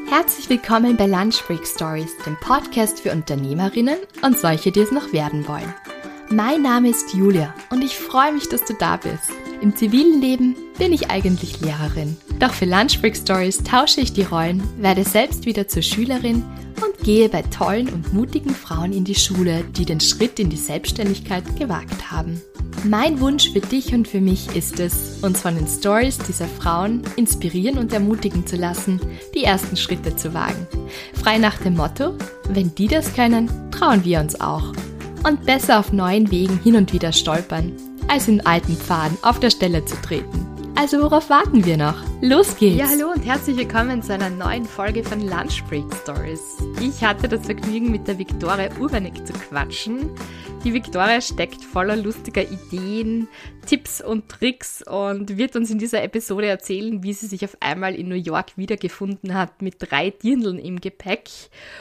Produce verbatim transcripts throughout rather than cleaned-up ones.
Herzlich willkommen bei Lunch Break Stories, dem Podcast für Unternehmerinnen und solche, die es noch werden wollen. Mein Name ist Julia und ich freue mich, dass du da bist. Im zivilen Leben bin ich eigentlich Lehrerin. Doch für Lunch Break Stories tausche ich die Rollen, werde selbst wieder zur Schülerin und gehe bei tollen und mutigen Frauen in die Schule, die den Schritt in die Selbstständigkeit gewagt haben. Mein Wunsch für dich und für mich ist es, uns von den Stories dieser Frauen inspirieren und ermutigen zu lassen, die ersten Schritte zu wagen. Frei nach dem Motto, wenn die das können, trauen wir uns auch. Und besser auf neuen Wegen hin und wieder stolpern, als in alten Pfaden auf der Stelle zu treten. Also worauf warten wir noch? Los geht's! Ja, hallo und herzlich willkommen zu einer neuen Folge von Lunch Break Stories. Ich hatte das Vergnügen, mit der Viktoria Urbanek zu quatschen. Die Viktoria steckt voller lustiger Ideen, Tipps und Tricks und wird uns in dieser Episode erzählen, wie sie sich auf einmal in New York wiedergefunden hat mit drei Dirndln im Gepäck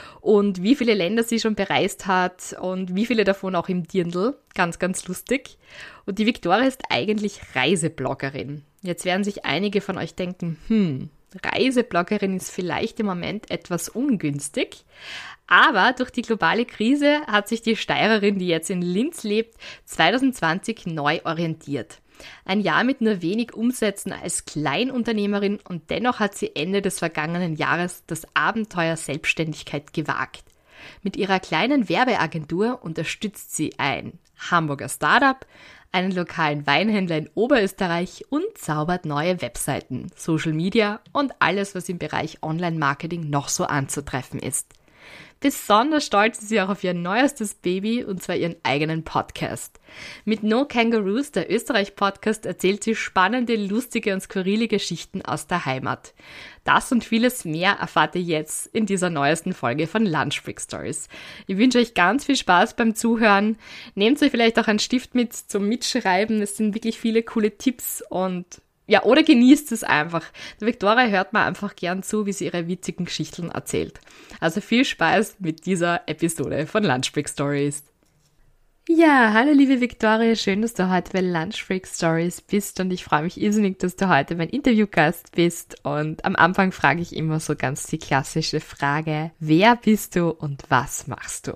und wie viele Länder sie schon bereist hat und wie viele davon auch im Dirndl. Ganz, ganz lustig. Und die Viktoria ist eigentlich Reisebloggerin. Jetzt werden sich einige von euch denken, hm, Reisebloggerin ist vielleicht im Moment etwas ungünstig. Aber durch die globale Krise hat sich die Steirerin, die jetzt in Linz lebt, zwanzig zwanzig neu orientiert. Ein Jahr mit nur wenig Umsätzen als Kleinunternehmerin und dennoch hat sie Ende des vergangenen Jahres das Abenteuer Selbstständigkeit gewagt. Mit ihrer kleinen Werbeagentur unterstützt sie ein Hamburger Startup, einen lokalen Weinhändler in Oberösterreich und zaubert neue Webseiten, Social Media und alles, was im Bereich Online-Marketing noch so anzutreffen ist. Besonders stolz ist sie auch auf ihr neuestes Baby, und zwar ihren eigenen Podcast. Mit No Kangaroos, der Österreich-Podcast, erzählt sie spannende, lustige und skurrile Geschichten aus der Heimat. Das und vieles mehr erfahrt ihr jetzt in dieser neuesten Folge von Lunch Break Stories. Ich wünsche euch ganz viel Spaß beim Zuhören. Nehmt euch vielleicht auch einen Stift mit zum Mitschreiben. Es sind wirklich viele coole Tipps und ja, oder genießt es einfach. Der Viktoria hört man einfach gern zu, wie sie ihre witzigen Geschichten erzählt. Also viel Spaß mit dieser Episode von Lunch Break Stories. Ja, hallo liebe Viktoria, schön, dass du heute bei Lunch Break Stories bist und ich freue mich irrsinnig, dass du heute mein Interviewgast bist. Und am Anfang frage ich immer so ganz die klassische Frage, wer bist du und was machst du?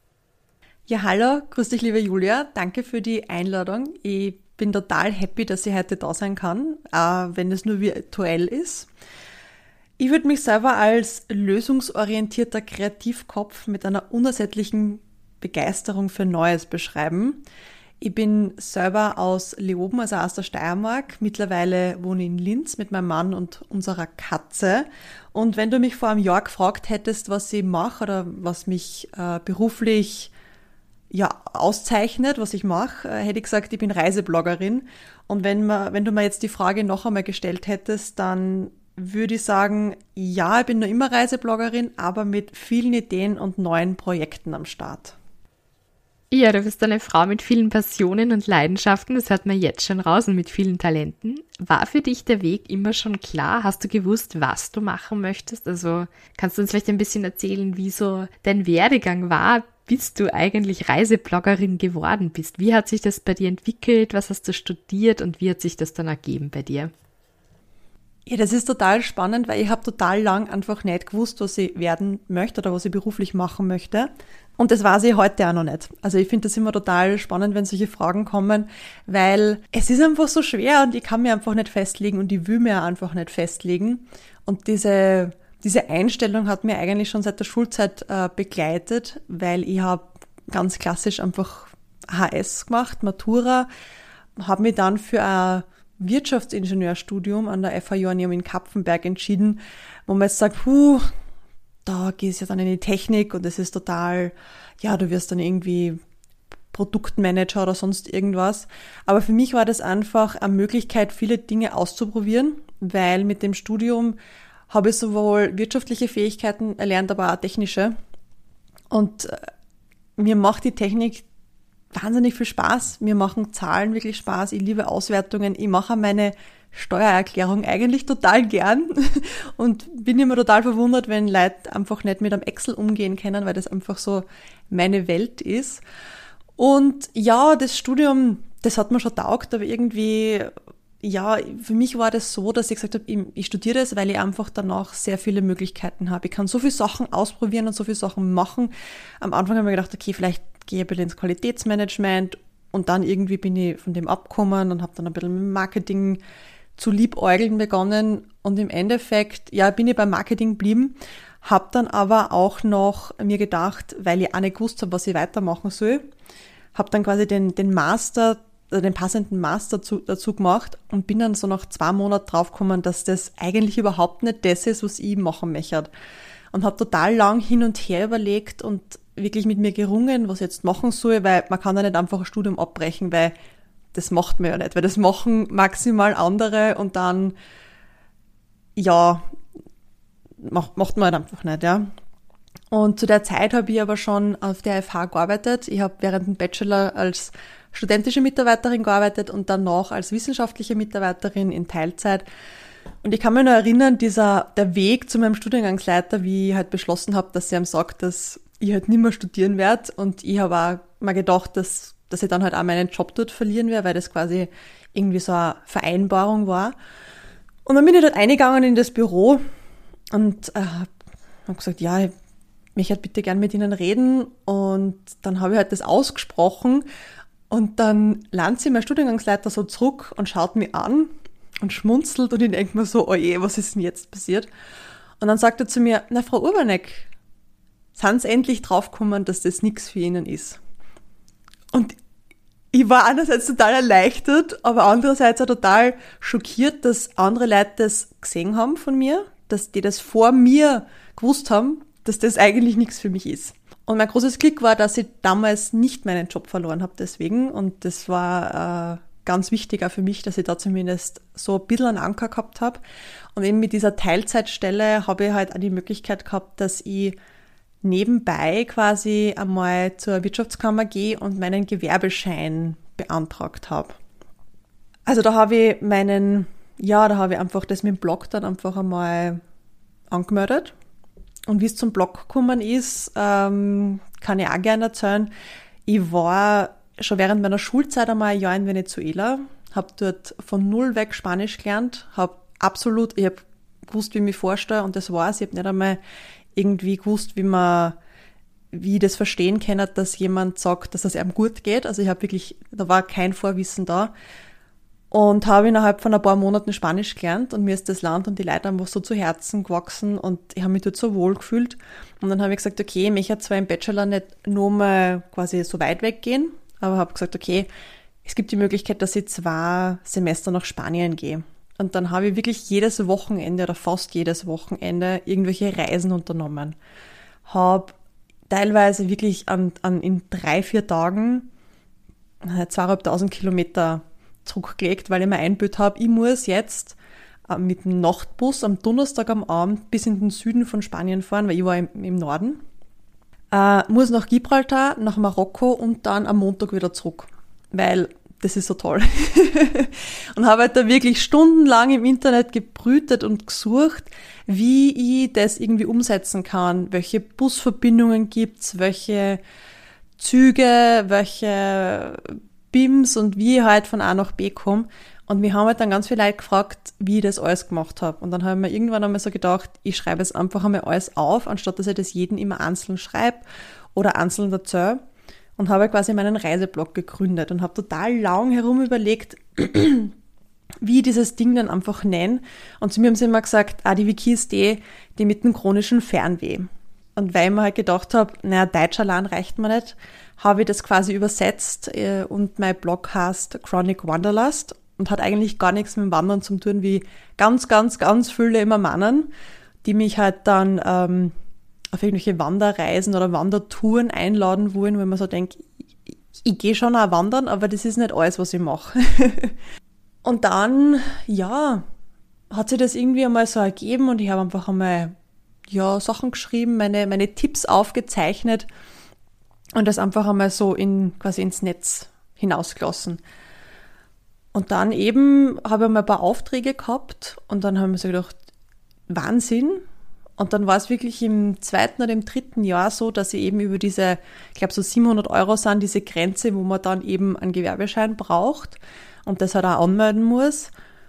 Ja, hallo, grüß dich liebe Julia, danke für die Einladung. Ich bin total happy, dass ich heute da sein kann, äh, wenn es nur virtuell ist. Ich würde mich selber als lösungsorientierter Kreativkopf mit einer unersättlichen Begeisterung für Neues beschreiben. Ich bin selber aus Leoben, also aus der Steiermark. Mittlerweile wohne ich in Linz mit meinem Mann und unserer Katze. Und wenn du mich vor einem Jahr gefragt hättest, was ich mache oder was mich äh, beruflich ja, auszeichnet, was ich mache, äh, hätte ich gesagt, ich bin Reisebloggerin. Und wenn man, wenn du mir jetzt die Frage noch einmal gestellt hättest, dann würde ich sagen, ja, ich bin noch immer Reisebloggerin, aber mit vielen Ideen und neuen Projekten am Start. Ja, du bist eine Frau mit vielen Passionen und Leidenschaften, das hört man jetzt schon raus, und mit vielen Talenten. War für dich der Weg immer schon klar? Hast du gewusst, was du machen möchtest? Also kannst du uns vielleicht ein bisschen erzählen, wie so dein Werdegang war, bis du eigentlich Reisebloggerin geworden bist? Wie hat sich das bei dir entwickelt? Was hast du studiert und wie hat sich das dann ergeben bei dir? Ja, das ist total spannend, weil ich habe total lang einfach nicht gewusst, was ich werden möchte oder was ich beruflich machen möchte. Und das weiß ich heute auch noch nicht. Also ich finde das immer total spannend, wenn solche Fragen kommen, weil es ist einfach so schwer und ich kann mir einfach nicht festlegen und ich will mir einfach nicht festlegen. Und diese, diese Einstellung hat mir eigentlich schon seit der Schulzeit äh, begleitet, weil ich habe ganz klassisch einfach H S gemacht, Matura, habe mich dann für ein Wirtschaftsingenieurstudium an der F H Joanneum in Kapfenberg entschieden, wo man jetzt sagt, puh, da gehst du ja dann in die Technik und es ist total, ja, du wirst dann irgendwie Produktmanager oder sonst irgendwas. Aber für mich war das einfach eine Möglichkeit, viele Dinge auszuprobieren, weil mit dem Studium habe ich sowohl wirtschaftliche Fähigkeiten erlernt, aber auch technische. Und mir macht die Technik wahnsinnig viel Spaß. Mir machen Zahlen wirklich Spaß. Ich liebe Auswertungen. Ich mache meine Steuererklärung eigentlich total gern und bin immer total verwundert, wenn Leute einfach nicht mit einem Excel umgehen können, weil das einfach so meine Welt ist. Und ja, das Studium, das hat mir schon taugt, aber irgendwie ja, für mich war das so, dass ich gesagt habe, ich, ich studiere das, weil ich einfach danach sehr viele Möglichkeiten habe. Ich kann so viele Sachen ausprobieren und so viele Sachen machen. Am Anfang habe ich mir gedacht, okay, vielleicht gehe ich ein bisschen ins Qualitätsmanagement und dann irgendwie bin ich von dem abgekommen und habe dann ein bisschen mit Marketing zu liebäugeln begonnen und im Endeffekt, ja, bin ich beim Marketing geblieben, habe dann aber auch noch mir gedacht, weil ich auch nicht gewusst habe, was ich weitermachen soll, habe dann quasi den, den Master, den passenden Master zu, dazu gemacht und bin dann so nach zwei Monaten draufgekommen, dass das eigentlich überhaupt nicht das ist, was ich machen möchte. Und habe total lang hin und her überlegt und wirklich mit mir gerungen, was ich jetzt machen soll, weil man kann ja nicht einfach ein Studium abbrechen, weil das macht man ja nicht, weil das machen maximal andere und dann, ja, macht, macht man halt einfach nicht, ja. Und zu der Zeit habe ich aber schon auf der F H gearbeitet. Ich habe während dem Bachelor als studentische Mitarbeiterin gearbeitet und danach als wissenschaftliche Mitarbeiterin in Teilzeit. Und ich kann mich noch erinnern, dieser, der Weg zu meinem Studiengangsleiter, wie ich halt beschlossen habe, dass sie ihm sagt, dass ich halt nicht mehr studieren werde. Und ich habe auch mal gedacht, dass, dass ich dann halt auch meinen Job dort verlieren werde, weil das quasi irgendwie so eine Vereinbarung war. Und dann bin ich dort eingegangen in das Büro und äh, habe gesagt, ja, ich möchte halt bitte gern mit Ihnen reden. Und dann habe ich halt das ausgesprochen und dann landet sie mein Studiengangsleiter so zurück und schaut mich an und schmunzelt und ich denke mir so, oh je, was ist denn jetzt passiert? Und dann sagt er zu mir, na Frau Urbanek, sind Sie endlich draufgekommen, dass das nichts für Ihnen ist? Und ich war einerseits total erleichtert, aber andererseits auch total schockiert, dass andere Leute das gesehen haben von mir, dass die das vor mir gewusst haben, dass das eigentlich nichts für mich ist. Und mein großes Glück war, dass ich damals nicht meinen Job verloren habe deswegen. Und das war äh, ganz wichtig auch für mich, dass ich da zumindest so ein bisschen einen Anker gehabt habe. Und eben mit dieser Teilzeitstelle habe ich halt auch die Möglichkeit gehabt, dass ich nebenbei quasi einmal zur Wirtschaftskammer gehe und meinen Gewerbeschein beantragt habe. Also da habe ich meinen, ja, da habe ich einfach das mit dem Blog dann einfach einmal angemeldet. Und wie es zum Blog gekommen ist, ähm, kann ich auch gerne erzählen. Ich war schon während meiner Schulzeit einmal ein Jahr in Venezuela, habe dort von null weg Spanisch gelernt, habe absolut, ich habe gewusst, wie ich mich vorstelle und das war's. Ich habe nicht einmal irgendwie gewusst, wie man, wie ich das verstehen kann, dass jemand sagt, dass es einem gut geht. Also ich habe wirklich, da war kein Vorwissen da. Und habe innerhalb von ein paar Monaten Spanisch gelernt und mir ist das Land und die Leute einfach so zu Herzen gewachsen und ich habe mich dort so wohl gefühlt. Und dann habe ich gesagt, okay, ich möchte zwar im Bachelor nicht nur mal quasi so weit weggehen, aber habe gesagt, okay, es gibt die Möglichkeit, dass ich zwei Semester nach Spanien gehe. Und dann habe ich wirklich jedes Wochenende oder fast jedes Wochenende irgendwelche Reisen unternommen. Habe teilweise wirklich an, an in drei, vier Tagen zweieinhalbtausend Kilometer zurückgelegt, weil ich mir eingebildet habe, ich muss jetzt äh, mit dem Nachtbus am Donnerstag am Abend bis in den Süden von Spanien fahren, weil ich war im, im Norden, äh, muss nach Gibraltar, nach Marokko und dann am Montag wieder zurück, weil das ist so toll. Und habe halt da wirklich stundenlang im Internet gebrütet und gesucht, wie ich das irgendwie umsetzen kann, welche Busverbindungen gibt's, welche Züge, welche B I Ms und wie ich halt von A nach B komme. Und wir haben halt dann ganz viele Leute gefragt, wie ich das alles gemacht habe. Und dann habe ich mir irgendwann einmal so gedacht, ich schreibe es einfach einmal alles auf, anstatt dass ich das jedem immer einzeln schreibe oder einzeln erzähle. Und habe quasi meinen Reiseblog gegründet und habe total lang herum überlegt, wie ich dieses Ding dann einfach nenne. Und zu mir haben sie immer gesagt, ah, die Vicky ist die, die mit dem chronischen Fernweh. Und weil ich mir halt gedacht habe, naja, Deutsch allein reicht mir nicht, habe ich das quasi übersetzt äh, und mein Blog heißt Chronic Wanderlust und hat eigentlich gar nichts mit dem Wandern zu tun, wie ganz, ganz, ganz viele immer meinen, die mich halt dann ähm, auf irgendwelche Wanderreisen oder Wandertouren einladen wollen, wo man so denkt, ich, ich, ich gehe schon auch wandern, aber das ist nicht alles, was ich mache. Und dann, ja, hat sich das irgendwie einmal so ergeben und ich habe einfach einmal ja, Sachen geschrieben, meine, meine Tipps aufgezeichnet und das einfach einmal so in, quasi ins Netz hinausgelassen. Und dann eben habe ich mal ein paar Aufträge gehabt und dann haben wir so gedacht, Wahnsinn. Und dann war es wirklich im zweiten oder im dritten Jahr so, dass ich eben über diese, ich glaube so siebenhundert Euro sind diese Grenze, wo man dann eben einen Gewerbeschein braucht und das halt auch anmelden muss.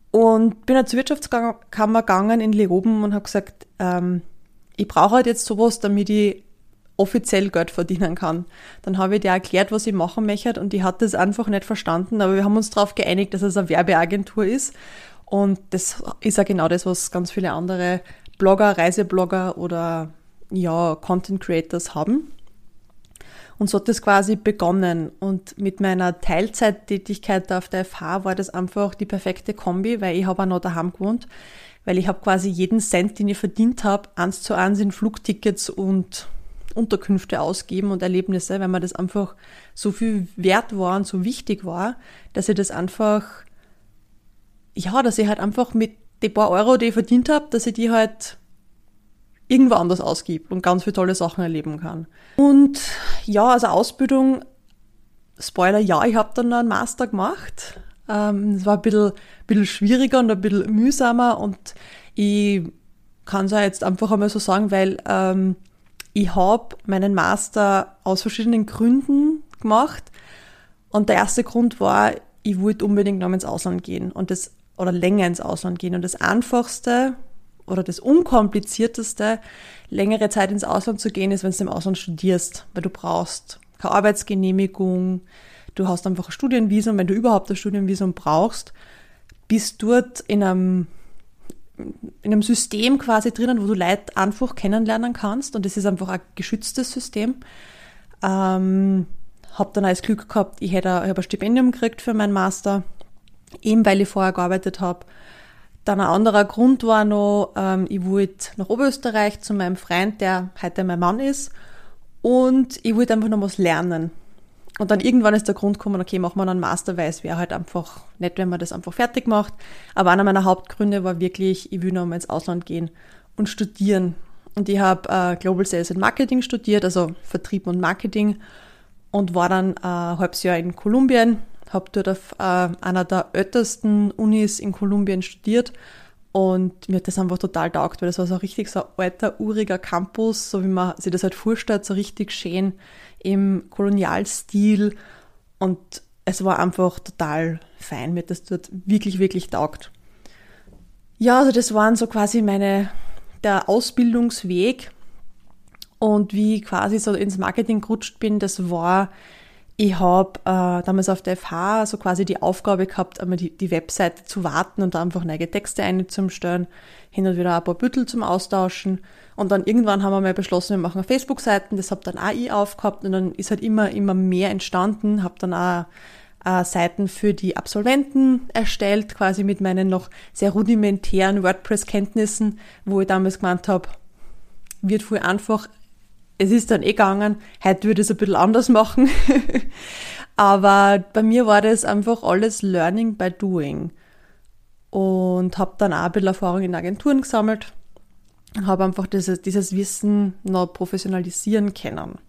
Und bin zur Wirtschaftskammer gegangen in Leoben und habe gesagt, ähm, ich brauche halt jetzt sowas, damit ich offiziell Geld verdienen kann. Dann habe ich dir erklärt, was ich machen möchte und die hat das einfach nicht verstanden, aber wir haben uns darauf geeinigt, dass es eine Werbeagentur ist und das ist ja genau das, was ganz viele andere Blogger, Reiseblogger oder ja, Content Creators haben. Und so hat das quasi begonnen. Und mit meiner Teilzeittätigkeit auf der F H war das einfach die perfekte Kombi, weil ich habe auch noch daheim gewohnt, weil ich habe quasi jeden Cent, den ich verdient habe, eins zu eins in Flugtickets und Unterkünfte ausgeben und Erlebnisse, weil mir das einfach so viel wert war und so wichtig war, dass ich das einfach, ja, dass ich halt einfach mit den paar Euro, die ich verdient habe, dass ich die halt irgendwo anders ausgibt und ganz viele tolle Sachen erleben kann. Und ja, also Ausbildung, Spoiler, ja, ich habe dann noch einen Master gemacht. Ähm, es war ein bisschen, bisschen schwieriger und ein bisschen mühsamer und ich kann es ja jetzt einfach einmal so sagen, weil ähm, ich habe meinen Master aus verschiedenen Gründen gemacht und der erste Grund war, ich wollte unbedingt noch ins Ausland gehen und das, oder länger ins Ausland gehen und das einfachste oder das unkomplizierteste, längere Zeit ins Ausland zu gehen, ist, wenn du im Ausland studierst, weil du brauchst keine Arbeitsgenehmigung, du hast einfach ein Studienvisum, wenn du überhaupt ein Studienvisum brauchst, bist dort in einem, in einem System quasi drinnen, wo du Leute einfach kennenlernen kannst und das ist einfach ein geschütztes System. Ähm, habe dann auch das Glück gehabt, ich hätte ich hab ein Stipendium gekriegt für meinen Master, eben weil ich vorher gearbeitet habe. Dann ein anderer Grund war noch, ähm, ich wollte nach Oberösterreich zu meinem Freund, der heute mein Mann ist, und ich wollte einfach noch was lernen. Und dann irgendwann ist der Grund gekommen, okay, machen wir einen Master, weil es wäre halt einfach nett, wenn man das einfach fertig macht. Aber einer meiner Hauptgründe war wirklich, ich will noch mal ins Ausland gehen und studieren. Und ich habe äh, Global Sales and Marketing studiert, also Vertrieb und Marketing, und war dann äh, ein halbes Jahr in Kolumbien, habe dort auf äh, einer der ältesten Unis in Kolumbien studiert und mir hat das einfach total taugt, weil das war so richtig so ein alter, uriger Campus, so wie man sich das halt vorstellt, so richtig schön im Kolonialstil und es war einfach total fein, mir hat das dort wirklich, wirklich taugt. Ja, also das waren so quasi meine, der Ausbildungsweg und wie ich quasi so ins Marketing gerutscht bin, das war, ich habe äh, damals auf der F H so quasi die Aufgabe gehabt, einmal die, die Webseite zu warten und da einfach neue Texte einzustellen, hin und wieder ein paar Büttel zum Austauschen. Und dann irgendwann haben wir mal beschlossen, wir machen Facebook-Seiten, das habe dann auch ich aufgehabt und dann ist halt immer, immer mehr entstanden, habe dann auch äh, Seiten für die Absolventen erstellt, quasi mit meinen noch sehr rudimentären WordPress-Kenntnissen, wo ich damals gemeint habe, wird voll einfach. Es ist dann eh gegangen, heute würde ich es ein bisschen anders machen, aber bei mir war das einfach alles Learning by Doing und habe dann auch ein bisschen Erfahrung in Agenturen gesammelt und habe einfach dieses, dieses Wissen noch professionalisieren können.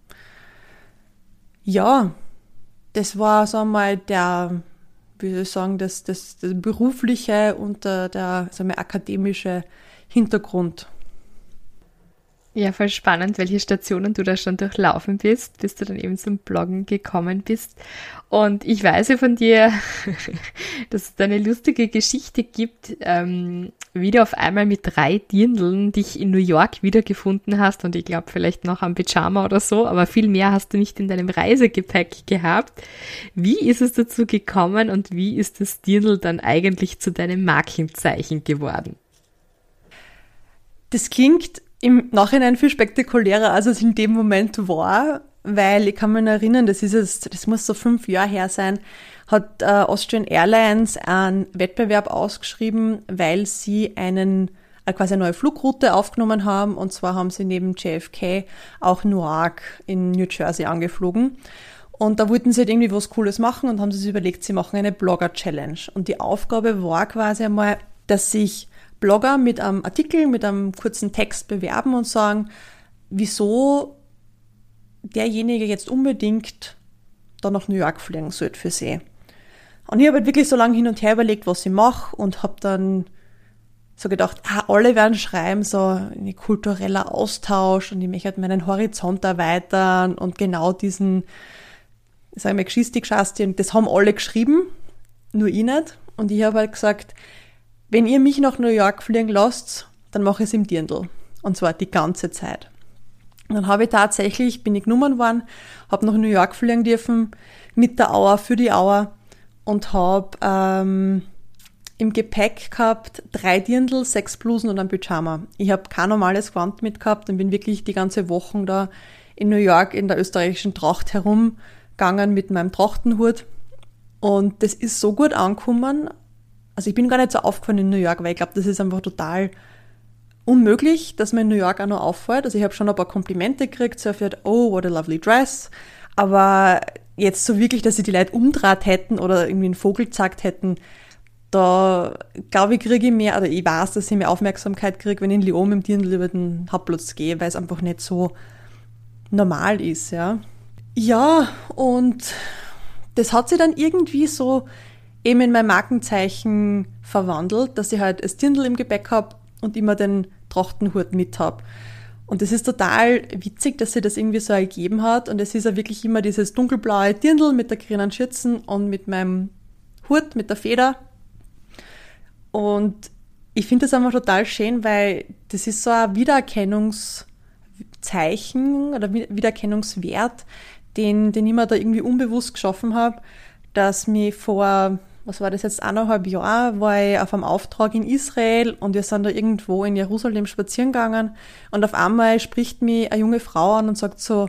Ja, das war so einmal der, wie soll ich sagen, das, das, das berufliche und der, der sagen wir, akademische Hintergrund. Ja, voll spannend, welche Stationen du da schon durchlaufen bist, bis du dann eben zum Bloggen gekommen bist. Und ich weiß ja von dir, dass es da eine lustige Geschichte gibt, ähm, wie du auf einmal mit drei Dirndln dich in New York wiedergefunden hast und ich glaube vielleicht noch am Pyjama oder so, aber viel mehr hast du nicht in deinem Reisegepäck gehabt. Wie ist es dazu gekommen und wie ist das Dirndl dann eigentlich zu deinem Markenzeichen geworden? Das klingt im Nachhinein viel spektakulärer, als es in dem Moment war, weil ich kann mich noch erinnern, das ist jetzt, das muss so fünf Jahre her sein, hat äh, Austrian Airlines einen Wettbewerb ausgeschrieben, weil sie einen äh, quasi eine neue Flugroute aufgenommen haben und zwar haben sie neben J F K auch Newark in New Jersey angeflogen. Und da wollten sie halt irgendwie was Cooles machen und haben sich überlegt, sie machen eine Blogger-Challenge. Und die Aufgabe war quasi einmal, dass sich Blogger mit einem Artikel, mit einem kurzen Text bewerben und sagen, wieso derjenige jetzt unbedingt da nach New York fliegen sollte für sie. Und ich habe halt wirklich so lange hin und her überlegt, was ich mache und habe dann so gedacht, ah, alle werden schreiben, so ein kultureller Austausch und ich möchte halt meinen Horizont erweitern und genau diesen, sagen wir, Geschichte, Geschasti, und das haben alle geschrieben, nur ich nicht. Und ich habe halt gesagt, Wenn ihr mich nach New York fliegen lasst, dann mache ich es im Dirndl. Und zwar die ganze Zeit. Und dann habe ich tatsächlich, bin ich genommen worden, habe nach New York fliegen dürfen, mit der Auer, für die Auer und habe ähm, im Gepäck gehabt drei Dirndl, sechs Blusen und ein Pyjama. Ich habe kein normales Gewand mitgehabt und bin wirklich die ganze Woche da in New York in der österreichischen Tracht herumgegangen mit meinem Trachtenhut. Und das ist so gut angekommen. Also ich bin gar nicht so aufgefallen in New York, weil ich glaube, das ist einfach total unmöglich, dass man in New York auch noch auffällt. Also ich habe schon ein paar Komplimente gekriegt, so viel, oh, what a lovely dress. Aber jetzt so wirklich, dass sie die Leute umdraht hätten oder irgendwie einen Vogel gezeigt hätten, da glaube ich, kriege ich mehr, oder ich weiß, dass ich mehr Aufmerksamkeit kriege, wenn ich in Lyon mit dem Dirndl über den Hauptplatz gehe, weil es einfach nicht so normal ist, ja. Ja, und das hat sich dann irgendwie so eben in mein Markenzeichen verwandelt, dass ich halt das Dirndl im Gepäck habe und immer den Trachtenhut mit habe. Und das ist total witzig, dass sich das irgendwie so ergeben hat. Und es ist ja wirklich immer dieses dunkelblaue Dirndl mit der grünen Schürzen und mit meinem Hut, mit der Feder. Und ich finde das einfach total schön, weil das ist so ein Wiedererkennungszeichen oder Wiedererkennungswert, den, den ich mir da irgendwie unbewusst geschaffen habe, dass mir vor, was war das jetzt, eineinhalb Jahre, war ich auf einem Auftrag in Israel und wir sind da irgendwo in Jerusalem spazieren gegangen und auf einmal spricht mich eine junge Frau an und sagt so,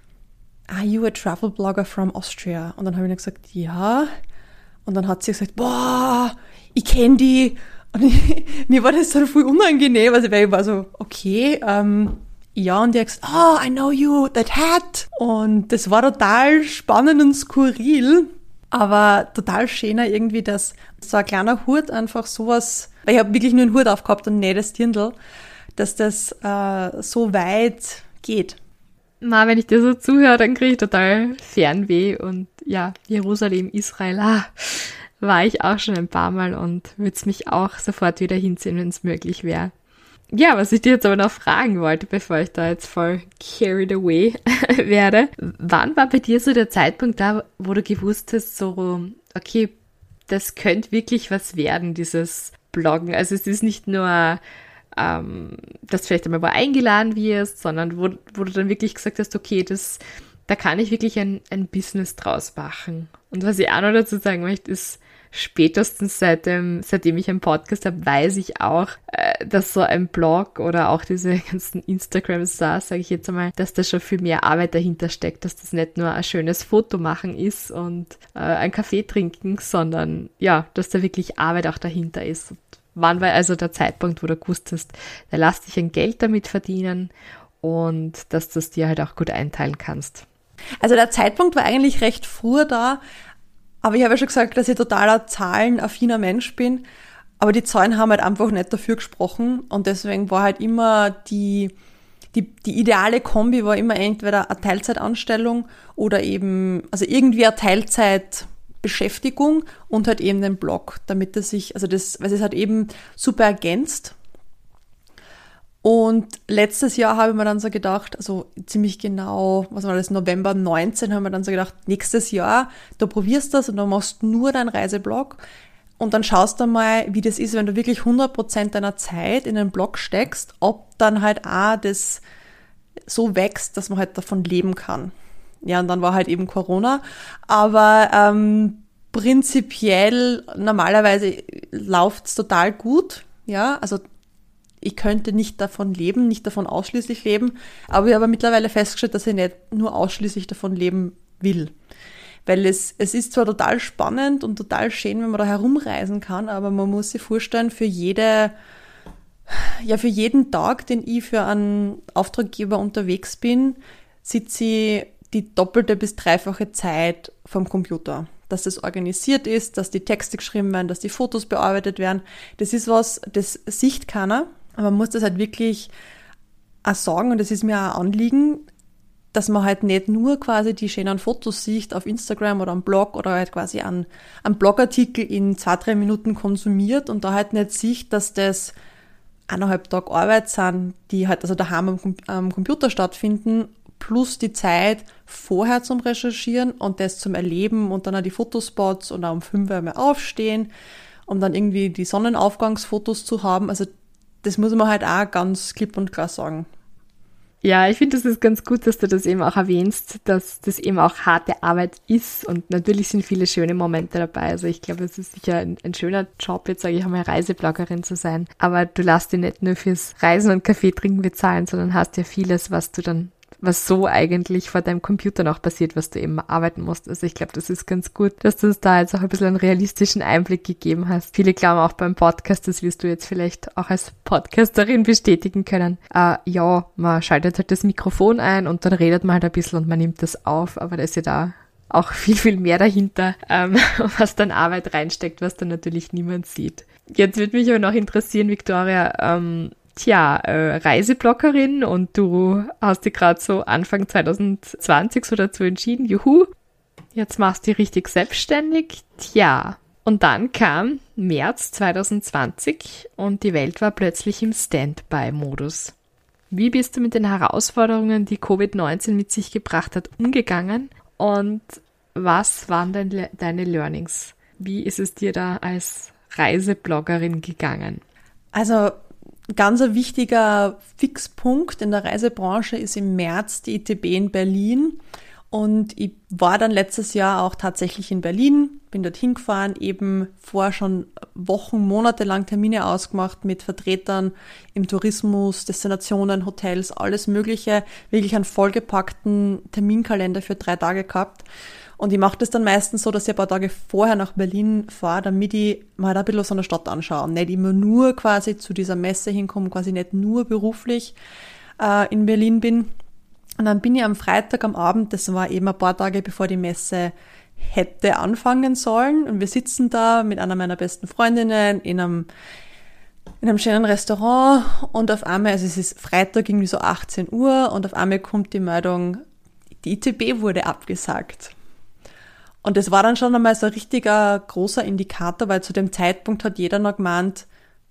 are you a travel blogger from Austria? Und dann habe ich gesagt, ja. Und dann hat sie gesagt, boah, ich kenne die. Und ich, mir war das dann voll unangenehm, also weil ich war so, okay, ähm, ja, und die hat gesagt, oh, I know you, that hat. Und das war total spannend und skurril, aber total schöner irgendwie, dass so ein kleiner Hut einfach sowas, weil ich habe wirklich nur einen Hut aufgehabt und nicht das Dirndl, dass das äh, so weit geht. Na, wenn ich dir so zuhöre, dann kriege ich total Fernweh und ja, Jerusalem, Israel, ah, war ich auch schon ein paar Mal und würde es mich auch sofort wieder hinziehen, wenn es möglich wäre. Ja, was ich dir jetzt aber noch fragen wollte, bevor ich da jetzt voll carried away werde. Wann war bei dir so der Zeitpunkt da, wo du gewusst hast, so, okay, das könnte wirklich was werden, dieses Bloggen. Also es ist nicht nur, ähm, dass du vielleicht einmal wo eingeladen wirst, sondern wo, wo du dann wirklich gesagt hast, okay, das, da kann ich wirklich ein, ein Business draus machen. Und was ich auch noch dazu sagen möchte, ist, spätestens seit dem, seitdem ich einen Podcast habe, weiß ich auch, äh, dass so ein Blog oder auch diese ganzen Instagram-Stars, sage ich jetzt einmal, dass da schon viel mehr Arbeit dahinter steckt, dass das nicht nur ein schönes Foto machen ist und äh, ein Kaffee trinken, sondern ja, dass da wirklich Arbeit auch dahinter ist. Und wann war also der Zeitpunkt, wo du gewusst hast, da lass dich ein Geld damit verdienen und dass du es dir halt auch gut einteilen kannst? Also der Zeitpunkt war eigentlich recht früh da, aber ich habe ja schon gesagt, dass ich totaler zahlenaffiner Mensch bin, aber die Zahlen haben halt einfach nicht dafür gesprochen und deswegen war halt immer die, die, die ideale Kombi war immer entweder eine Teilzeitanstellung oder eben, also irgendwie eine Teilzeitbeschäftigung und halt eben den Blog, damit das sich, also das, weil es halt eben super ergänzt. Und letztes Jahr habe ich mir dann so gedacht, also ziemlich genau, was war das, November neunzehn, haben wir dann so gedacht, nächstes Jahr, da probierst du das und dann machst du nur deinen Reiseblog und dann schaust du mal, wie das ist, wenn du wirklich hundert Prozent deiner Zeit in den Blog steckst, ob dann halt auch das so wächst, dass man halt davon leben kann. Ja, und dann war halt eben Corona, aber ähm, prinzipiell, normalerweise läuft's total gut, ja, also ich könnte nicht davon leben, nicht davon ausschließlich leben, aber ich habe mittlerweile festgestellt, dass ich nicht nur ausschließlich davon leben will. Weil es, es ist zwar total spannend und total schön, wenn man da herumreisen kann, aber man muss sich vorstellen, für jede, ja, für jeden Tag, den ich für einen Auftraggeber unterwegs bin, sitze ich die doppelte bis dreifache Zeit vom Computer. Dass das organisiert ist, dass die Texte geschrieben werden, dass die Fotos bearbeitet werden. Das ist was, das sieht keiner. Aber man muss das halt wirklich auch sagen, und das ist mir auch ein Anliegen, dass man halt nicht nur quasi die schönen Fotos sieht auf Instagram oder am Blog oder halt quasi einen, einen Blogartikel in zwei, drei Minuten konsumiert und da halt nicht sieht, dass das eineinhalb Tage Arbeit sind, die halt also daheim am, am Computer stattfinden, plus die Zeit vorher zum Recherchieren und das zum Erleben und dann auch die Fotospots und auch um fünf Uhr mal aufstehen um dann irgendwie die Sonnenaufgangsfotos zu haben. Also das muss man halt auch ganz klipp und klar sagen. Ja, ich finde, das ist ganz gut, dass du das eben auch erwähnst, dass das eben auch harte Arbeit ist und natürlich sind viele schöne Momente dabei. Also ich glaube, es ist sicher ein, ein schöner Job, jetzt sage ich einmal, Reisebloggerin zu sein. Aber du lässt dich nicht nur fürs Reisen und Kaffee trinken bezahlen, sondern hast ja vieles, was du dann was so eigentlich vor deinem Computer noch passiert, was du eben arbeiten musst. Also ich glaube, das ist ganz gut, dass du uns da jetzt auch ein bisschen einen realistischen Einblick gegeben hast. Viele glauben auch beim Podcast, das wirst du jetzt vielleicht auch als Podcasterin bestätigen können. Äh, ja, man schaltet halt das Mikrofon ein und dann redet man halt ein bisschen und man nimmt das auf, aber da ist ja da auch viel, viel mehr dahinter, ähm, was dann Arbeit reinsteckt, was dann natürlich niemand sieht. Jetzt würde mich aber noch interessieren, Viktoria, ähm, Tja, äh, Reisebloggerin und du hast dich gerade so Anfang zwanzig zwanzig so dazu entschieden, juhu, jetzt machst du dich richtig selbstständig. Tja, und dann kam März zwanzig zwanzig und die Welt war plötzlich im Standby-Modus. Wie bist du mit den Herausforderungen, die Covid neunzehn mit sich gebracht hat, umgegangen und was waren denn deine Learnings? Wie ist es dir da als Reisebloggerin gegangen? Also ganz ein wichtiger Fixpunkt in der Reisebranche ist im März die I T B in Berlin und ich war dann letztes Jahr auch tatsächlich in Berlin, bin dort hingefahren, eben vor schon Wochen, Monate lang Termine ausgemacht mit Vertretern im Tourismus, Destinationen, Hotels, alles Mögliche, wirklich einen vollgepackten Terminkalender für drei Tage gehabt. Und ich mache das dann meistens so, dass ich ein paar Tage vorher nach Berlin fahre, damit ich mal halt ein bisschen so eine Stadt anschaue und nicht immer nur quasi zu dieser Messe hinkomme, quasi nicht nur beruflich äh, in Berlin bin. Und dann bin ich am Freitag am Abend, das war eben ein paar Tage bevor die Messe hätte anfangen sollen und wir sitzen da mit einer meiner besten Freundinnen in einem, in einem schönen Restaurant und auf einmal, also es ist Freitag irgendwie so achtzehn Uhr und auf einmal kommt die Meldung, die I T B wurde abgesagt. Und das war dann schon einmal so ein richtiger großer Indikator, weil zu dem Zeitpunkt hat jeder noch gemeint,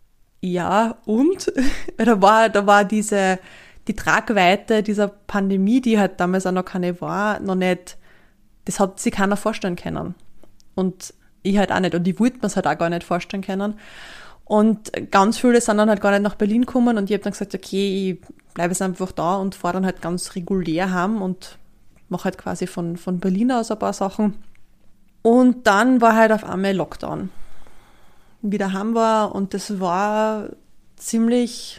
ja und? da war, da war diese, die Tragweite dieser Pandemie, die halt damals auch noch keine war, noch nicht, das hat sich keiner vorstellen können. Und ich halt auch nicht. Und ich wollte mir es halt auch gar nicht vorstellen können. Und ganz viele sind dann halt gar nicht nach Berlin gekommen und ich habe dann gesagt, okay, ich bleibe jetzt einfach da und fahre dann halt ganz regulär heim und mache halt quasi von, von Berlin aus ein paar Sachen. Und dann war halt auf einmal Lockdown. Wieder heim war und das war ziemlich,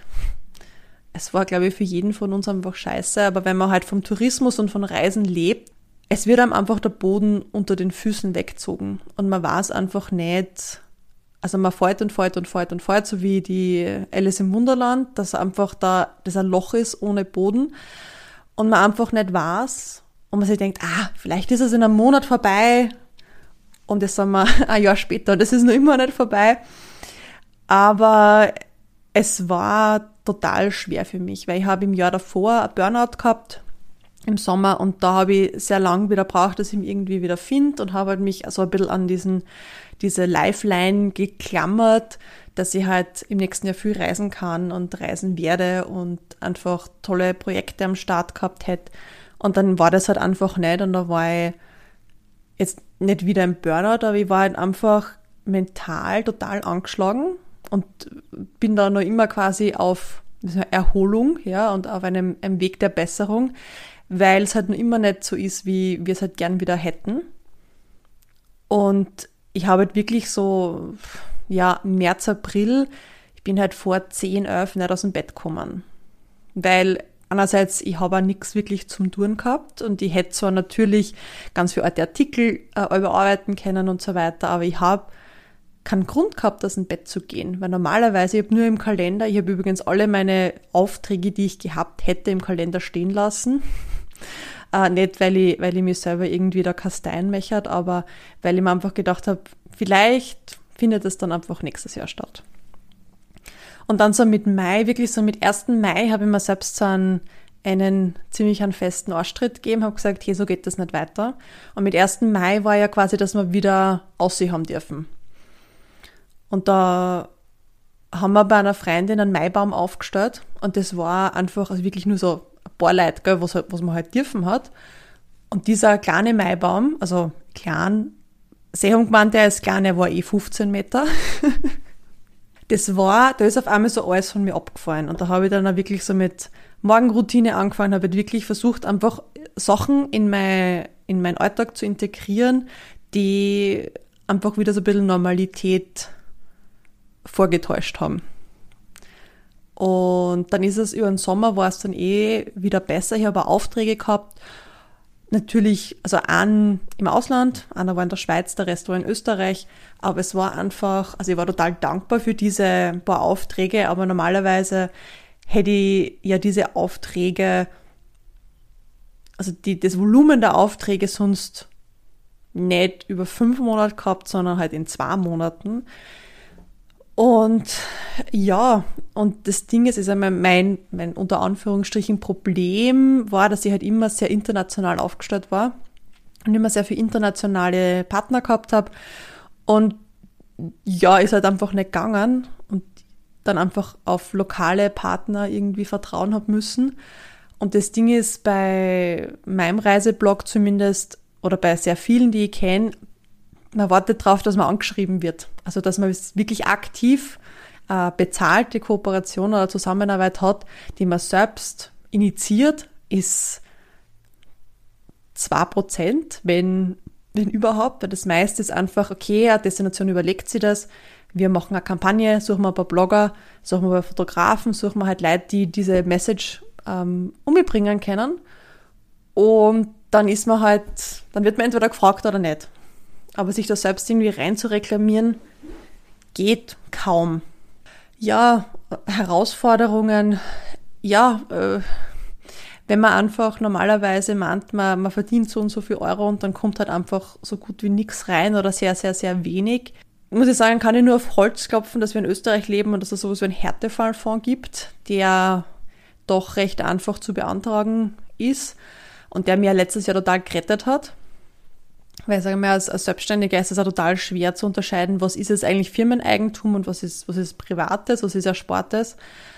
es war glaube ich für jeden von uns einfach scheiße, aber wenn man halt vom Tourismus und von Reisen lebt, es wird einem einfach der Boden unter den Füßen weggezogen und man weiß einfach nicht, also man fährt und fährt und fährt und fährt, so wie die Alice im Wunderland, dass einfach da, das ein Loch ist ohne Boden und man einfach nicht weiß und man sich denkt, ah, vielleicht ist es in einem Monat vorbei. Und jetzt sind wir ein Jahr später und es ist noch immer nicht vorbei. Aber es war total schwer für mich, weil ich habe im Jahr davor ein Burnout gehabt im Sommer und da habe ich sehr lang wieder gebraucht, dass ich mich irgendwie wieder finde und habe halt mich also ein bisschen an diesen, diese Lifeline geklammert, dass ich halt im nächsten Jahr viel reisen kann und reisen werde und einfach tolle Projekte am Start gehabt hätte. Und dann war das halt einfach nicht und da war ich jetzt nicht wieder im Burnout, aber ich war halt einfach mental total angeschlagen und bin da noch immer quasi auf Erholung, ja, und auf einem, einem Weg der Besserung, weil es halt noch immer nicht so ist, wie wir es halt gern wieder hätten. Und ich habe halt wirklich so, ja, März, April, ich bin halt vor zehn, elf nicht aus dem Bett gekommen, weil einerseits, ich habe auch nichts wirklich zum Tun gehabt und ich hätte zwar natürlich ganz viele alte Artikel äh, überarbeiten können und so weiter, aber ich habe keinen Grund gehabt, aus dem Bett zu gehen, weil normalerweise, ich habe nur im Kalender, ich habe übrigens alle meine Aufträge, die ich gehabt hätte, im Kalender stehen lassen. Äh, nicht, weil ich, weil ich mich selber irgendwie da kasteien möchte, aber weil ich mir einfach gedacht habe, vielleicht findet es dann einfach nächstes Jahr statt. Und dann so mit Mai, wirklich so mit ersten Mai habe ich mir selbst so einen, einen ziemlich einen festen Arschtritt gegeben, habe gesagt, hey, so geht das nicht weiter. Und mit ersten Mai war ja quasi, dass wir wieder Aussehen haben dürfen. Und da haben wir bei einer Freundin einen Maibaum aufgestellt und das war einfach also wirklich nur so ein paar Leute, gell, was, was man halt dürfen hat. Und dieser kleine Maibaum, also klein, Seehund gemeint, der ist klein, er war eh fünfzehn Meter. Das war, da ist auf einmal so alles von mir abgefallen. Und da habe ich dann auch wirklich so mit Morgenroutine angefangen, habe ich wirklich versucht, einfach Sachen in mein, in meinen Alltag zu integrieren, die einfach wieder so ein bisschen Normalität vorgetäuscht haben. Und dann ist es über den Sommer, war es dann eh wieder besser. Ich habe auch Aufträge gehabt. Natürlich, also einen im Ausland, einer war in der Schweiz, der Rest war in Österreich. Aber es war einfach, also ich war total dankbar für diese paar Aufträge, aber normalerweise hätte ich ja diese Aufträge, also die, das Volumen der Aufträge sonst nicht über fünf Monate gehabt, sondern halt in zwei Monaten. Und ja, und das Ding ist, ist einmal mein, mein unter Anführungsstrichen Problem war, dass ich halt immer sehr international aufgestellt war und immer sehr viele internationale Partner gehabt habe. Und ja, ist halt einfach nicht gegangen und dann einfach auf lokale Partner irgendwie vertrauen habe müssen. Und das Ding ist bei meinem Reiseblog zumindest oder bei sehr vielen, die ich kenne, man wartet darauf, dass man angeschrieben wird. Also, dass man wirklich aktiv äh, bezahlte Kooperation oder Zusammenarbeit hat, die man selbst initiiert, ist zwei Prozent, wenn, wenn überhaupt. Weil das meiste ist einfach, okay, eine Destination überlegt sich das. Wir machen eine Kampagne, suchen wir ein paar Blogger, suchen wir ein paar Fotografen, suchen wir halt Leute, die diese Message ähm, umbringen können. Und dann ist man halt, dann wird man entweder gefragt oder nicht. Aber sich da selbst irgendwie rein zu reklamieren, geht kaum. Ja, Herausforderungen, ja, äh, wenn man einfach normalerweise meint, man, man verdient so und so viel Euro und dann kommt halt einfach so gut wie nichts rein oder sehr, sehr, sehr wenig. Muss ich sagen, kann ich nur auf Holz klopfen, dass wir in Österreich leben und dass es sowieso einen Härtefallfonds gibt, der doch recht einfach zu beantragen ist und der mir letztes Jahr total gerettet hat. Weil, sagen wir, als, als Selbstständiger ist es auch total schwer zu unterscheiden, was ist jetzt eigentlich Firmeneigentum und was ist, was ist Privates, was ist Erspartes.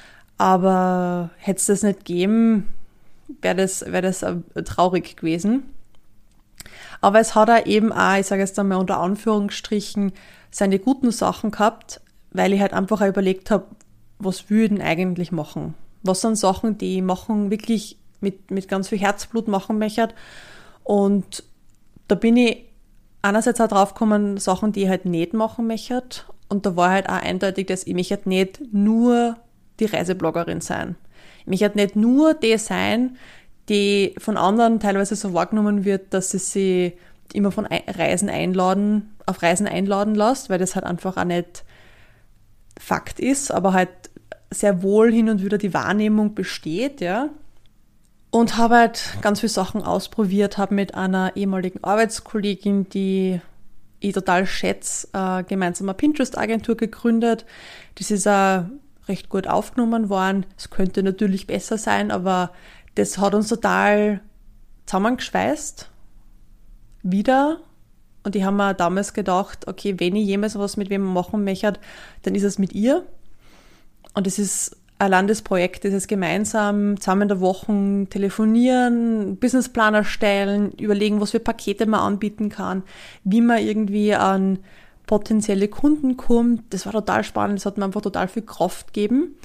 Aber hätte es das nicht gegeben, wäre das, wäre das traurig gewesen. Aber es hat er eben auch, ich sage jetzt einmal unter Anführungsstrichen, seine guten Sachen gehabt, weil ich halt einfach auch überlegt habe, was will ich denn eigentlich machen? Was sind Sachen, die ich machen, wirklich mit, mit ganz viel Herzblut machen möchte? Und da bin ich einerseits auch drauf gekommen, Sachen, die ich halt nicht machen möchte. Und da war halt auch eindeutig, dass ich möchte nicht nur die Reisebloggerin sein. Ich möchte nicht nur die sein, die von anderen teilweise so wahrgenommen wird, dass sie sich immer von Reisen einladen, auf Reisen einladen lässt, weil das halt einfach auch nicht Fakt ist, aber halt sehr wohl hin und wieder die Wahrnehmung besteht, ja. Und habe halt ganz viele Sachen ausprobiert, habe mit einer ehemaligen Arbeitskollegin, die ich total schätze, äh, gemeinsam eine Pinterest-Agentur gegründet. Das ist auch recht gut aufgenommen worden. Es könnte natürlich besser sein, aber das hat uns total zusammengeschweißt. Wieder. Und ich habe mir damals gedacht, okay, wenn ich jemals was mit wem machen möchte, dann ist es mit ihr. Und es ist ein Landesprojekt, das ist gemeinsam zusammen in der Woche telefonieren, Businessplan erstellen, überlegen, was für Pakete man anbieten kann, wie man irgendwie an potenzielle Kunden kommt. Das war total spannend, das hat mir einfach total viel Kraft gegeben.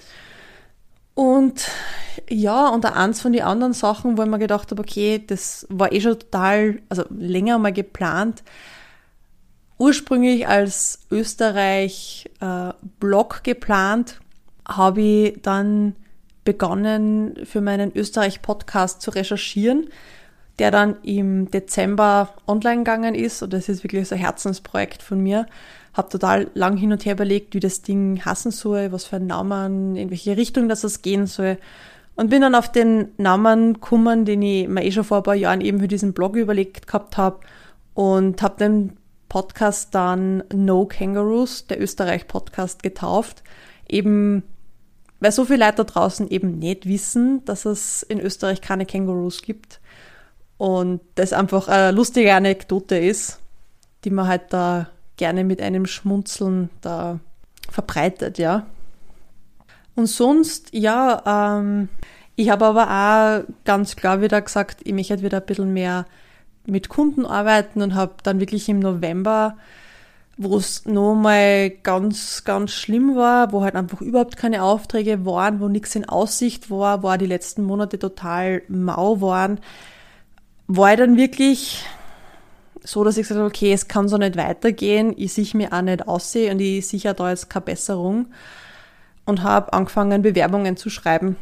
Und ja, und eins von den anderen Sachen, wo ich mir gedacht habe, okay, das war eh schon total, also länger mal geplant, ursprünglich als Österreich-Blog äh, geplant, habe ich dann begonnen, für meinen Österreich-Podcast zu recherchieren, der dann im Dezember online gegangen ist. Und das ist wirklich so ein Herzensprojekt von mir. Habe total lang hin und her überlegt, wie das Ding heißen soll, was für einen Namen, in welche Richtung das es gehen soll. Und bin dann auf den Namen gekommen, den ich mir eh schon vor ein paar Jahren eben für diesen Blog überlegt gehabt habe. Und habe den Podcast dann No Kangaroos, der Österreich-Podcast, getauft. Eben, weil so viele Leute da draußen eben nicht wissen, dass es in Österreich keine Kängurus gibt. Und das einfach eine lustige Anekdote ist, die man halt da gerne mit einem Schmunzeln da verbreitet, ja. Und sonst, ja, ähm, ich habe aber auch ganz klar wieder gesagt, ich möchte wieder ein bisschen mehr mit Kunden arbeiten und habe dann wirklich im November, wo es nochmal ganz, ganz schlimm war, wo halt einfach überhaupt keine Aufträge waren, wo nichts in Aussicht war, wo auch die letzten Monate total mau waren, war ich dann wirklich so, dass ich gesagt habe, okay, es kann so nicht weitergehen, ich sehe mir auch nicht aussehen und ich sehe da jetzt keine Besserung und habe angefangen, Bewerbungen zu schreiben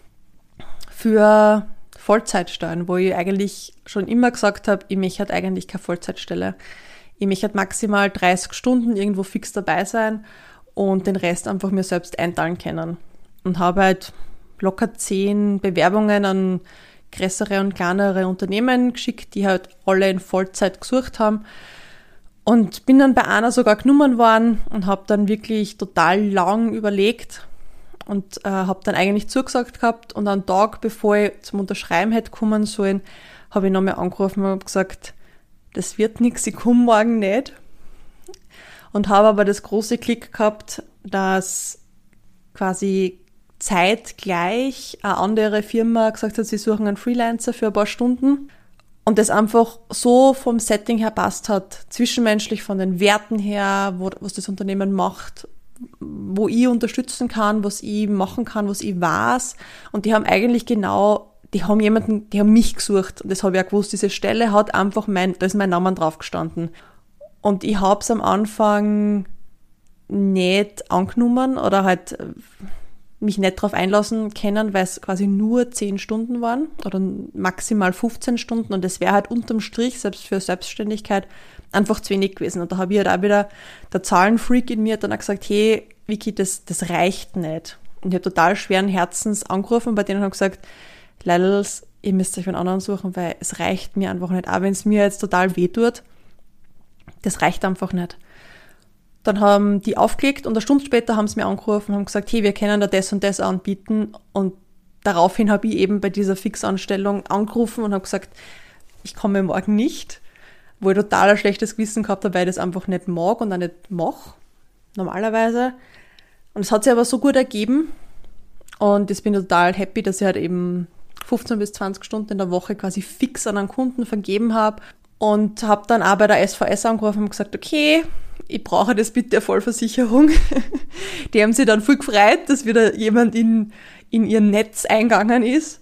für Vollzeitstellen, wo ich eigentlich schon immer gesagt habe, ich möchte halt eigentlich keine Vollzeitstelle. Ich möchte halt maximal dreißig Stunden irgendwo fix dabei sein und den Rest einfach mir selbst einteilen können. Und habe halt locker zehn Bewerbungen an größere und kleinere Unternehmen geschickt, die halt alle in Vollzeit gesucht haben. Und bin dann bei einer sogar genommen worden und habe dann wirklich total lang überlegt und äh, habe dann eigentlich zugesagt gehabt. Und einen Tag, bevor ich zum Unterschreiben hätte kommen sollen, habe ich nochmal angerufen und habe gesagt, das wird nichts, ich komme morgen nicht. Und habe aber das große Glück gehabt, dass quasi zeitgleich eine andere Firma gesagt hat, sie suchen einen Freelancer für ein paar Stunden und das einfach so vom Setting her passt hat, zwischenmenschlich von den Werten her, wo, was das Unternehmen macht, wo ich unterstützen kann, was ich machen kann, was ich weiß. Und die haben eigentlich genau, die haben jemanden, die haben mich gesucht und das habe ich auch gewusst, diese Stelle hat einfach mein, da ist mein Name drauf gestanden. Und ich habe es am Anfang nicht angenommen oder halt mich nicht darauf einlassen können, weil es quasi nur zehn Stunden waren oder maximal fünfzehn Stunden und das wäre halt unterm Strich, selbst für Selbstständigkeit, einfach zu wenig gewesen. Und da habe ich halt auch wieder, der Zahlenfreak in mir hat dann auch gesagt, hey, Vicky, das, das reicht nicht. Und ich habe total schweren Herzens angerufen und bei denen habe gesagt, Leidels, ihr müsst euch einen anderen suchen, weil es reicht mir einfach nicht. Auch wenn es mir jetzt total weh tut, das reicht einfach nicht. Dann haben die aufgelegt und eine Stunde später haben sie mir angerufen und haben gesagt, hey, wir können da das und das anbieten. Und daraufhin habe ich eben bei dieser Fixanstellung angerufen und habe gesagt, ich komme morgen nicht, wo ich total ein schlechtes Gewissen gehabt habe, weil ich das einfach nicht mag und auch nicht mache, normalerweise. Und es hat sich aber so gut ergeben und jetzt bin ich total happy, dass ich halt eben fünfzehn bis zwanzig Stunden in der Woche quasi fix an einen Kunden vergeben habe und habe dann auch bei der S V S angerufen und gesagt, okay, ich brauche das bitte, eine Vollversicherung. Die haben sich dann voll gefreut, dass wieder jemand in, in ihr Netz eingegangen ist.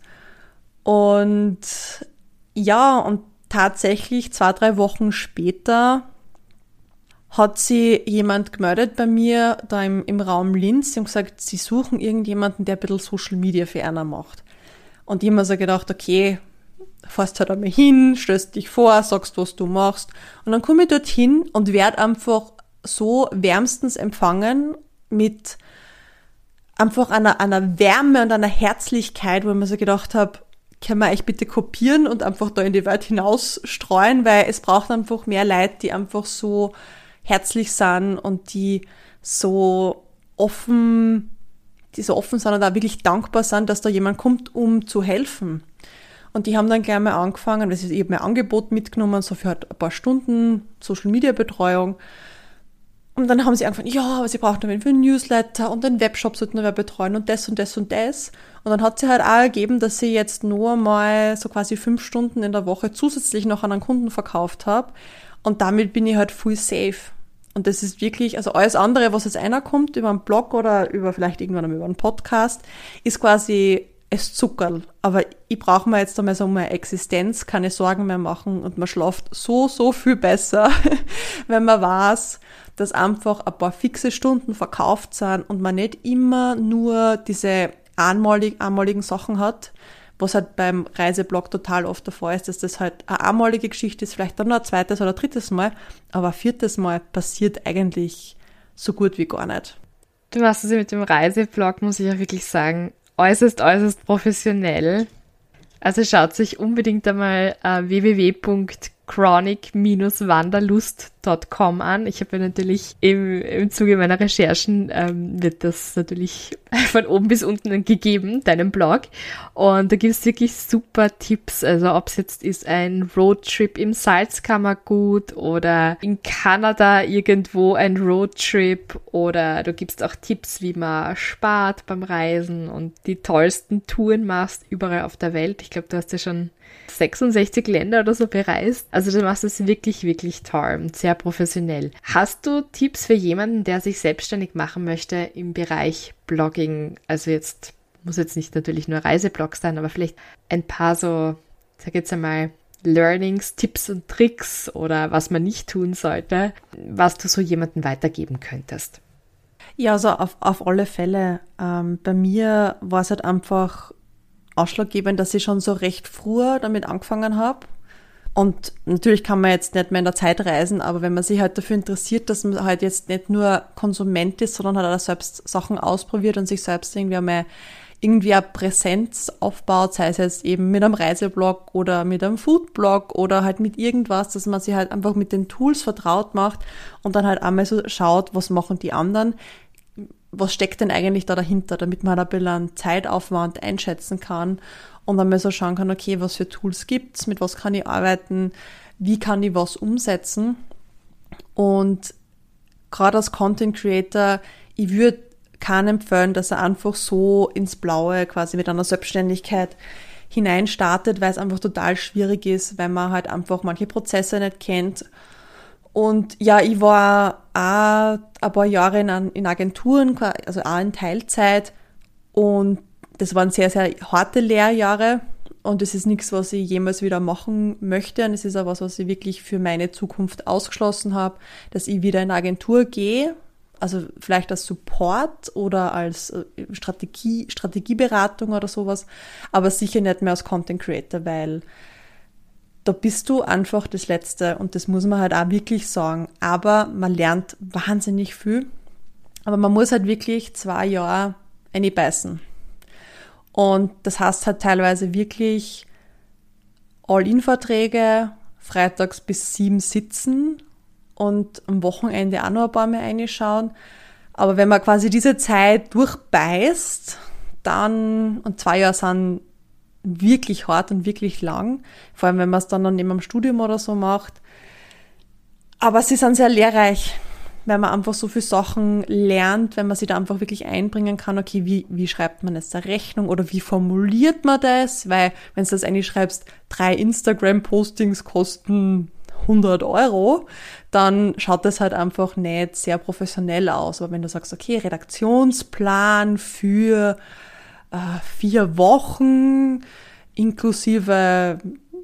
Und ja, und tatsächlich zwei, drei Wochen später hat sie jemand gemeldet bei mir da im, im Raum Linz und gesagt, sie suchen irgendjemanden, der ein bisschen Social Media für einer macht. Und ich habe mir so gedacht, okay, fährst halt einmal hin, stellst dich vor, sagst, was du machst. Und dann komme ich dorthin und werde einfach so wärmstens empfangen mit einfach einer, einer Wärme und einer Herzlichkeit, wo ich mir so gedacht habe, können wir euch bitte kopieren und einfach da in die Welt hinaus streuen, weil es braucht einfach mehr Leute, die einfach so herzlich sind und die so offen, die so offen sind und auch wirklich dankbar sind, dass da jemand kommt, um zu helfen. Und die haben dann gleich mal angefangen, das ist eben mein Angebot mitgenommen, so für halt ein paar Stunden Social-Media-Betreuung. Und dann haben sie angefangen, ja, aber sie brauchen noch für einen Newsletter und den Webshop sollten wir betreuen und das und das und das. Und dann hat sie halt auch ergeben, dass sie jetzt nur mal so quasi fünf Stunden in der Woche zusätzlich noch an einen Kunden verkauft habe. Und damit bin ich halt full safe. Und das ist wirklich, also alles andere, was jetzt einer kommt, über einen Blog oder über vielleicht irgendwann über einen Podcast, ist quasi es Zuckerl. Aber ich brauche mir jetzt einmal so um meine Existenz keine Sorgen mehr machen und man schläft so, so viel besser, wenn man weiß, dass einfach ein paar fixe Stunden verkauft sind und man nicht immer nur diese einmalig, einmaligen Sachen hat, was halt beim Reiseblog total oft der Fall ist, dass das halt eine einmalige Geschichte ist, vielleicht dann noch ein zweites oder drittes Mal, aber ein viertes Mal passiert eigentlich so gut wie gar nicht. Du machst es ja mit dem Reiseblog, muss ich ja wirklich sagen, äußerst, äußerst professionell. Also schaut sich unbedingt einmal äh, w w w punkt chronic Bindestrich wanderlust Punkt com an. Ich habe ja natürlich im, im Zuge meiner Recherchen ähm, wird das natürlich von oben bis unten gegeben, deinem Blog. Und da gibt es wirklich super Tipps. Also ob es jetzt ist ein Roadtrip im Salzkammergut oder in Kanada irgendwo ein Roadtrip, oder du gibst auch Tipps, wie man spart beim Reisen und die tollsten Touren machst überall auf der Welt. Ich glaube, du hast ja schon sechsundsechzig Länder oder so bereist. Also du machst es wirklich, wirklich toll und sehr professionell. Hast du Tipps für jemanden, der sich selbstständig machen möchte im Bereich Blogging? Also jetzt, muss jetzt nicht natürlich nur Reiseblog sein, aber vielleicht ein paar so, sag jetzt einmal, Learnings, Tipps und Tricks oder was man nicht tun sollte, was du so jemandem weitergeben könntest. Ja, also auf, auf alle Fälle. Ähm, bei mir war es halt einfach ausschlaggebend, dass ich schon so recht früh damit angefangen habe. Und natürlich kann man jetzt nicht mehr in der Zeit reisen, aber wenn man sich halt dafür interessiert, dass man halt jetzt nicht nur Konsument ist, sondern halt auch selbst Sachen ausprobiert und sich selbst irgendwie einmal irgendwie eine Präsenz aufbaut, sei es jetzt eben mit einem Reiseblog oder mit einem Foodblog oder halt mit irgendwas, dass man sich halt einfach mit den Tools vertraut macht und dann halt einmal so schaut, was machen die anderen, was steckt denn eigentlich da dahinter, damit man halt ein bisschen einen Zeitaufwand einschätzen kann und dann mal so schauen kann, okay, was für Tools gibt's, mit was kann ich arbeiten, wie kann ich was umsetzen. Und gerade als Content Creator, ich würde keinen empfehlen, dass er einfach so ins Blaue quasi mit einer Selbstständigkeit hineinstartet, weil es einfach total schwierig ist, weil man halt einfach manche Prozesse nicht kennt. Und ja, ich war auch ein paar Jahre in, in Agenturen, also auch in Teilzeit, und das waren sehr, sehr harte Lehrjahre und das ist nichts, was ich jemals wieder machen möchte, und es ist auch was, was ich wirklich für meine Zukunft ausgeschlossen habe, dass ich wieder in eine Agentur gehe, also vielleicht als Support oder als Strategie, Strategieberatung oder sowas, aber sicher nicht mehr als Content Creator, weil da bist du einfach das Letzte und das muss man halt auch wirklich sagen. Aber man lernt wahnsinnig viel, aber man muss halt wirklich zwei Jahre reinbeißen. Und das heißt halt teilweise wirklich All-In-Verträge, freitags bis sieben sitzen und am Wochenende auch noch ein paar Mal reinschauen. Aber wenn man quasi diese Zeit durchbeißt, dann, und zwei Jahre sind wirklich hart und wirklich lang, vor allem wenn man es dann noch neben dem Studium oder so macht. Aber sie sind sehr lehrreich, weil man einfach so viele Sachen lernt, wenn man sich da einfach wirklich einbringen kann, okay, wie, wie schreibt man jetzt eine Rechnung oder wie formuliert man das, weil wenn du das eigentlich schreibst, drei Instagram-Postings kosten hundert Euro, dann schaut das halt einfach nicht sehr professionell aus. Aber wenn du sagst, okay, Redaktionsplan für äh, vier Wochen inklusive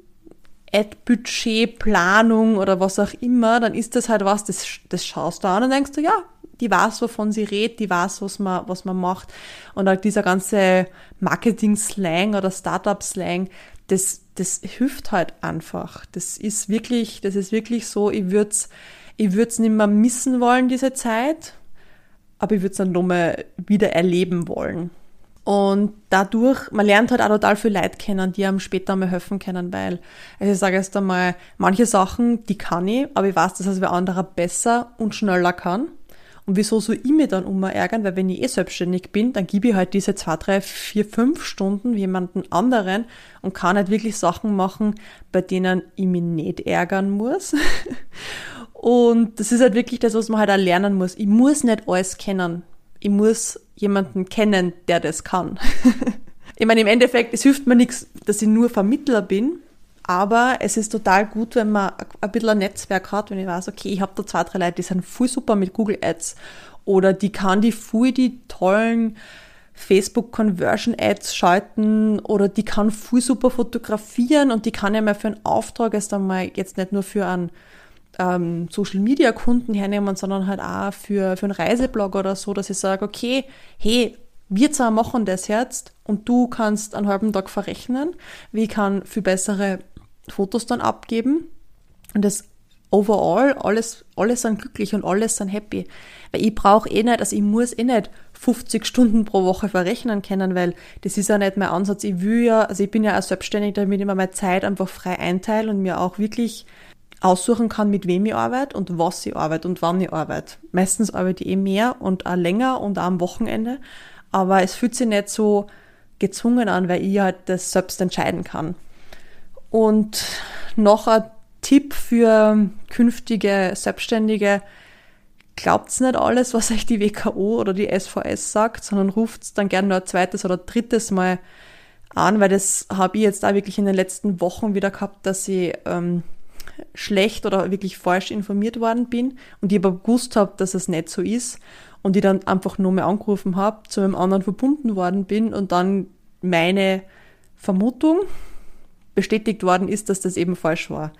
Ad-Budget, Planung oder was auch immer, dann ist das halt was, das, das schaust du an und denkst du, ja, die weiß, wovon sie redet, die weiß, was man, was man macht. Und halt dieser ganze Marketing-Slang oder Startup-Slang, das, das hilft halt einfach. Das ist wirklich, das ist wirklich so, ich würde es ich würd's nicht mehr missen wollen, diese Zeit, aber ich würde es dann nochmal wieder erleben wollen. Und dadurch, man lernt halt auch total viele Leute kennen, die einem später mal helfen können, weil, also ich sage jetzt einmal, manche Sachen, die kann ich, aber ich weiß, dass es wer anderer besser und schneller kann. Und wieso soll ich mich dann immer ärgern? Weil wenn ich eh selbstständig bin, dann gebe ich halt diese zwei, drei, vier, fünf Stunden jemanden anderen und kann halt wirklich Sachen machen, bei denen ich mich nicht ärgern muss. Und das ist halt wirklich das, was man halt auch lernen muss. Ich muss nicht alles kennen. Ich muss jemanden kennen, der das kann. Ich meine, im Endeffekt, es hilft mir nichts, dass ich nur Vermittler bin, aber es ist total gut, wenn man ein bisschen ein Netzwerk hat, wenn ich weiß, okay, ich habe da zwei, drei Leute, die sind voll super mit Google Ads oder die kann die voll die tollen Facebook Conversion Ads schalten oder die kann voll super fotografieren und die kann ja mal für einen Auftrag erst einmal jetzt nicht nur für einen ähm, Social Media Kunden hernehmen, sondern halt auch für, für einen Reiseblog oder so, dass ich sage, okay, hey, wir zwei machen das jetzt und du kannst einen halben Tag verrechnen, wie kann viel bessere Fotos dann abgeben und das overall, alles, alles sind glücklich und alles sind happy. Weil ich brauche eh nicht, also ich muss eh nicht fünfzig Stunden pro Woche verrechnen können, weil das ist ja nicht mein Ansatz. Ich will ja, also ich bin ja auch selbstständig, damit ich mir meine Zeit einfach frei einteile und mir auch wirklich aussuchen kann, mit wem ich arbeite und was ich arbeite und wann ich arbeite. Meistens arbeite ich eh mehr und auch länger und auch am Wochenende, aber es fühlt sich nicht so gezwungen an, weil ich halt das selbst entscheiden kann. Und noch ein Tipp für künftige Selbstständige: Glaubt's nicht alles, was euch die W K O oder die S V S sagt, sondern ruft's dann gerne noch ein zweites oder drittes Mal an, weil das habe ich jetzt auch wirklich in den letzten Wochen wieder gehabt, dass ich ähm, schlecht oder wirklich falsch informiert worden bin und ich aber gewusst habe, dass es nicht so ist und ich dann einfach nur mehr angerufen habe, zu einem anderen verbunden worden bin und dann meine Vermutung bestätigt worden ist, dass das eben falsch war.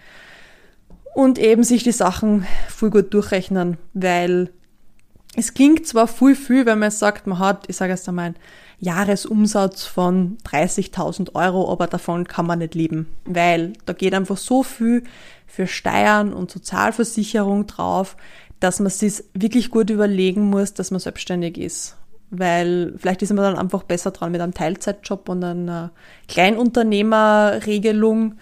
Und eben sich die Sachen voll gut durchrechnen, weil es klingt zwar viel, viel, wenn man sagt, man hat, ich sage jetzt einmal, einen Jahresumsatz von dreißigtausend Euro, aber davon kann man nicht leben, weil da geht einfach so viel für Steuern und Sozialversicherung drauf, dass man sich wirklich gut überlegen muss, dass man selbstständig ist. Weil vielleicht ist man dann einfach besser dran mit einem Teilzeitjob und einer Kleinunternehmerregelung.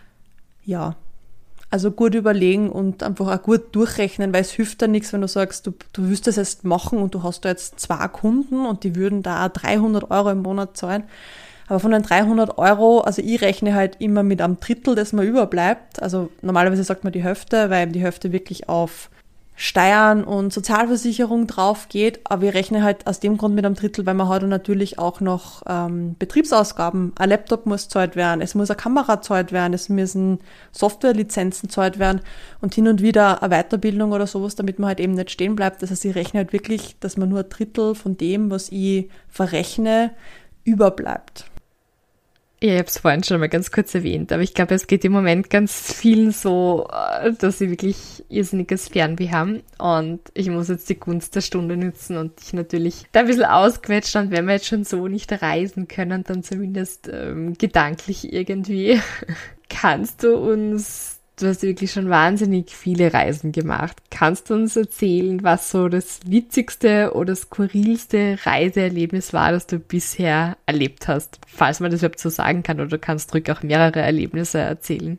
Ja, also gut überlegen und einfach auch gut durchrechnen, weil es hilft ja nichts, wenn du sagst, du, du willst das jetzt machen und du hast da jetzt zwei Kunden und die würden da auch dreihundert Euro im Monat zahlen. Aber von den dreihundert Euro, also ich rechne halt immer mit einem Drittel, das mir überbleibt. Also normalerweise sagt man die Hälfte, weil die Hälfte wirklich auf Steuern und Sozialversicherung drauf geht, aber ich rechne halt aus dem Grund mit einem Drittel, weil man hat natürlich auch noch ähm, Betriebsausgaben. Ein Laptop muss gezahlt werden, es muss eine Kamera gezahlt werden, es müssen Softwarelizenzen gezahlt werden und hin und wieder eine Weiterbildung oder sowas, damit man halt eben nicht stehen bleibt. Das heißt, ich rechne halt wirklich, dass man nur ein Drittel von dem, was ich verrechne, überbleibt. Ja, ich habe es vorhin schon mal ganz kurz erwähnt, aber ich glaube, es geht im Moment ganz vielen so, dass sie wirklich irrsinniges Fernweh haben und ich muss jetzt die Gunst der Stunde nützen und dich natürlich da ein bisschen ausquetschen und wenn wir jetzt schon so nicht reisen können, dann zumindest ähm, gedanklich irgendwie. Kannst du uns, du hast wirklich schon wahnsinnig viele Reisen gemacht, kannst du uns erzählen, was so das witzigste oder skurrilste Reiseerlebnis war, das du bisher erlebt hast? Falls man das überhaupt so sagen kann, oder du kannst ruhig auch mehrere Erlebnisse erzählen.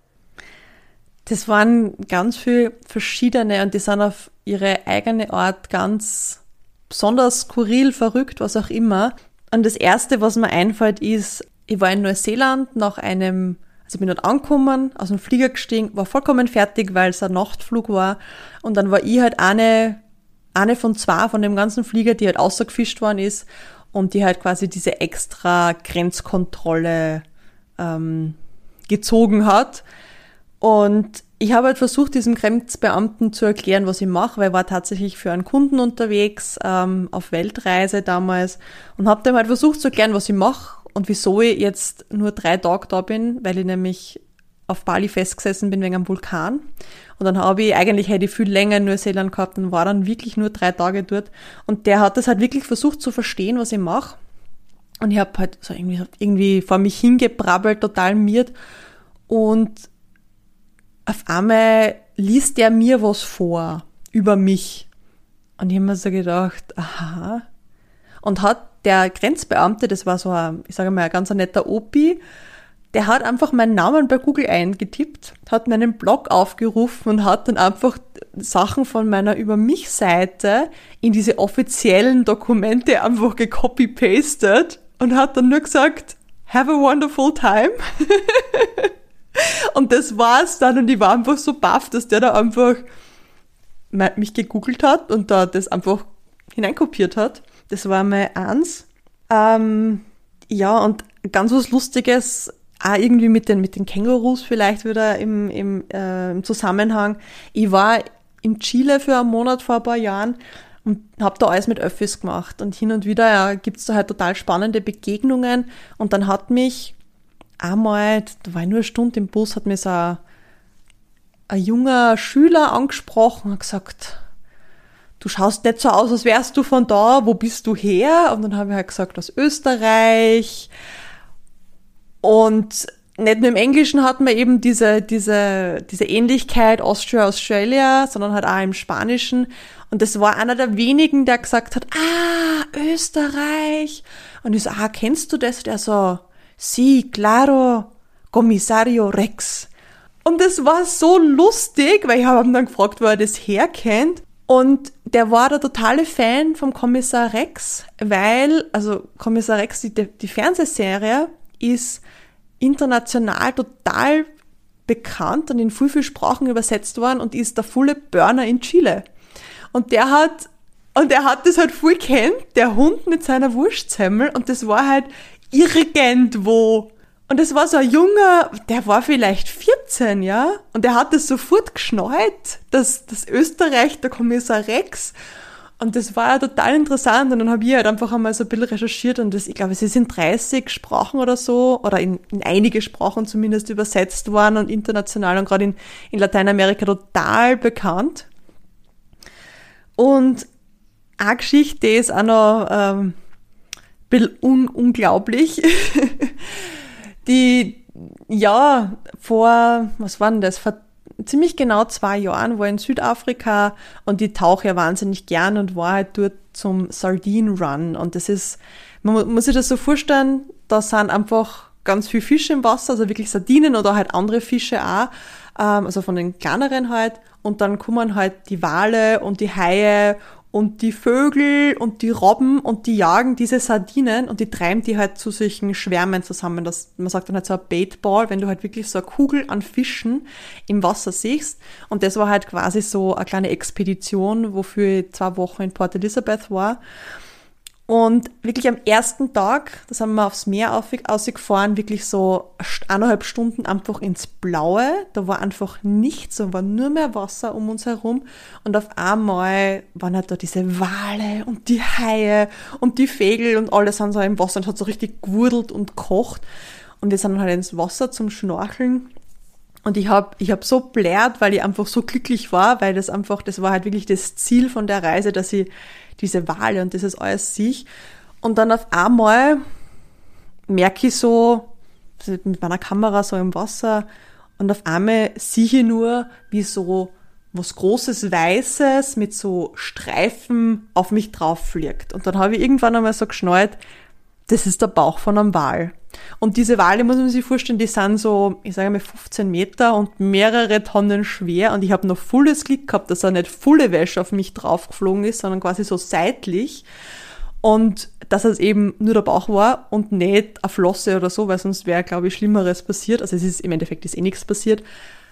Das waren ganz viele verschiedene und die sind auf ihre eigene Art ganz besonders skurril, verrückt, was auch immer. Und das Erste, was mir einfällt, ist, ich war in Neuseeland nach einem Also ich bin dort angekommen, aus dem Flieger gestiegen, war vollkommen fertig, weil es ein Nachtflug war. Und dann war ich halt eine, eine von zwei von dem ganzen Flieger, die halt rausgefischt worden ist und die halt quasi diese extra Grenzkontrolle ähm, gezogen hat. Und ich habe halt versucht, diesem Grenzbeamten zu erklären, was ich mache, weil ich war tatsächlich für einen Kunden unterwegs, ähm, auf Weltreise damals und habe dem halt versucht zu erklären, was ich mache. Und wieso ich jetzt nur drei Tage da bin, weil ich nämlich auf Bali festgesessen bin wegen einem Vulkan. Und dann habe ich, eigentlich hätte ich viel länger in Neuseeland gehabt und war dann wirklich nur drei Tage dort. Und der hat das halt wirklich versucht zu verstehen, was ich mache. Und ich habe halt so irgendwie, irgendwie vor mich hingebrabbelt, total miert. Und auf einmal liest der mir was vor über mich. Und ich habe mir so gedacht, aha. Und hat der Grenzbeamte, das war so ein, ich sage mal, ein ganz netter Opi, der hat einfach meinen Namen bei Google eingetippt, hat meinen Blog aufgerufen und hat dann einfach Sachen von meiner Über-mich-Seite in diese offiziellen Dokumente einfach gecopy-pastet und hat dann nur gesagt, have a wonderful time. Und das war's dann und ich war einfach so baff, dass der da einfach mich gegoogelt hat und da das einfach hineinkopiert hat. Das war mal eins. Ähm, ja, und ganz was Lustiges, auch irgendwie mit den, mit den Kängurus vielleicht wieder im, im, äh, im Zusammenhang. Ich war in Chile für einen Monat vor ein paar Jahren und habe da alles mit Öffis gemacht. Und hin und wieder ja, gibt's da halt total spannende Begegnungen. Und dann hat mich einmal, da war ich nur eine Stunde im Bus, hat mir so ein, ein junger Schüler angesprochen und gesagt, du schaust nicht so aus, als wärst du von da, wo bist du her? Und dann habe ich halt gesagt, aus Österreich. Und nicht nur im Englischen hat man eben diese, diese, diese Ähnlichkeit Austria, Australia, sondern halt auch im Spanischen. Und das war einer der wenigen, der gesagt hat, ah, Österreich. Und ich so, ah, kennst du das? Der so, sí, claro, Commissario Rex. Und das war so lustig, weil ich habe ihn dann gefragt, wo er das herkennt. Und der war der totale Fan vom Kommissar Rex, weil, also Kommissar Rex, die, die Fernsehserie, ist international total bekannt und in viel, viel Sprachen übersetzt worden und ist der volle Burner in Chile. Und der hat, und der hat das halt voll kennt, der Hund mit seiner Wurstsemmel, und das war halt irgendwo. Und das war so ein Junger, der war vielleicht vierzehn, ja, und der hat das sofort geschnallt, dass das Österreich, der Kommissar Rex, und das war ja total interessant, und dann habe ich halt einfach einmal so ein bisschen recherchiert, und das, ich glaube, es ist in dreißig Sprachen oder so, oder in, in einige Sprachen zumindest übersetzt worden und international und gerade in, in Lateinamerika total bekannt. Und eine Geschichte, die ist auch noch ähm, ein bisschen un- unglaublich. Die, ja, vor, was war denn das, vor ziemlich genau zwei Jahren war ich in Südafrika, und ich tauche ja wahnsinnig gern und war halt dort zum Sardine Run, und das ist, man muss sich das so vorstellen, da sind einfach ganz viele Fische im Wasser, also wirklich Sardinen oder halt andere Fische auch, ähm, also von den kleineren halt, und dann kommen halt die Wale und die Haie und die Vögel und die Robben, und die jagen diese Sardinen und die treiben die halt zu solchen Schwärmen zusammen. Das, man sagt dann halt so ein Baitball, wenn du halt wirklich so eine Kugel an Fischen im Wasser siehst. Und das war halt quasi so eine kleine Expedition, wofür ich zwei Wochen in Port Elizabeth war. Und wirklich am ersten Tag, da sind wir aufs Meer ausgefahren, wirklich so eineinhalb Stunden einfach ins Blaue. Da war einfach nichts, da war nur mehr Wasser um uns herum. Und auf einmal waren halt da diese Wale und die Haie und die Vögel und alle sind so im Wasser und hat so richtig gewurdelt und gekocht. Und wir sind dann halt ins Wasser zum Schnorcheln. Und ich habe ich hab so blärt, weil ich einfach so glücklich war, weil das einfach, das war halt wirklich das Ziel von der Reise, dass ich diese Wale und dieses alles sehe. Und dann auf einmal merke ich so, mit meiner Kamera so im Wasser, und auf einmal sehe ich nur, wie so was Großes Weißes mit so Streifen auf mich drauf fliegt. Und dann habe ich irgendwann einmal so geschnallt, das ist der Bauch von einem Wal. Und diese Wale, muss man sich vorstellen, die sind so, ich sage mal, fünfzehn Meter und mehrere Tonnen schwer. Und ich habe noch volles Glück gehabt, dass er nicht volle Wäsche auf mich draufgeflogen ist, sondern quasi so seitlich. Und dass es eben nur der Bauch war und nicht eine Flosse oder so, weil sonst wäre, glaube ich, Schlimmeres passiert. Also es ist im Endeffekt ist eh nichts passiert.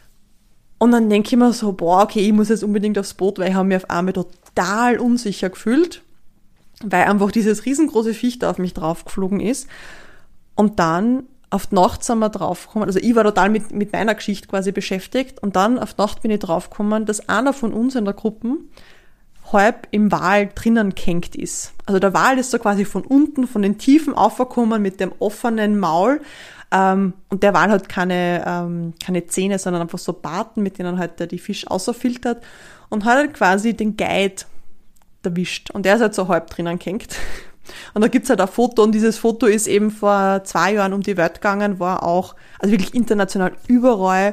Und dann denke ich mir so, boah, okay, ich muss jetzt unbedingt aufs Boot, weil ich habe mich auf einmal total unsicher gefühlt, weil einfach dieses riesengroße Viech da auf mich draufgeflogen ist. Und dann auf die Nacht sind wir draufgekommen, also ich war total mit, mit meiner Geschichte quasi beschäftigt, und dann auf die Nacht bin ich draufgekommen, dass einer von uns in der Gruppe halb im Wal drinnen gehängt ist. Also der Wal ist so quasi von unten, von den Tiefen aufgekommen mit dem offenen Maul, ähm, und der Wal hat keine, ähm, keine Zähne, sondern einfach so Barten, mit denen halt der die Fisch außerfiltert, und hat halt quasi den Guide erwischt, und der ist halt so halb drinnen gehängt. Und da gibt's halt ein Foto, und dieses Foto ist eben vor zwei Jahren um die Welt gegangen, war auch, also wirklich international überall.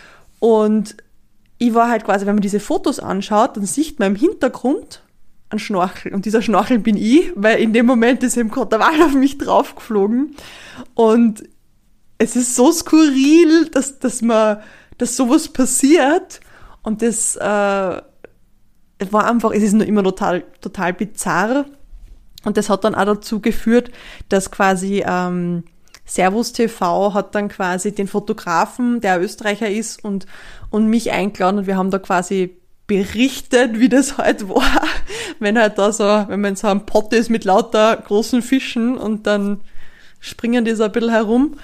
Und ich war halt quasi, wenn man diese Fotos anschaut, dann sieht man im Hintergrund einen Schnorchel. Und dieser Schnorchel bin ich, weil in dem Moment ist eben gerade der Wal auf mich draufgeflogen. Und es ist so skurril, dass, dass man, dass sowas passiert. Und das, äh, war einfach, es ist nur immer total, total bizarr. Und das hat dann auch dazu geführt, dass quasi ähm, Servus T V hat dann quasi den Fotografen, der Österreicher ist, und, und mich eingeladen, und wir haben da quasi berichtet, wie das halt war, wenn halt da so, wenn man in so einem Pott ist mit lauter großen Fischen und dann springen die so ein bisschen herum.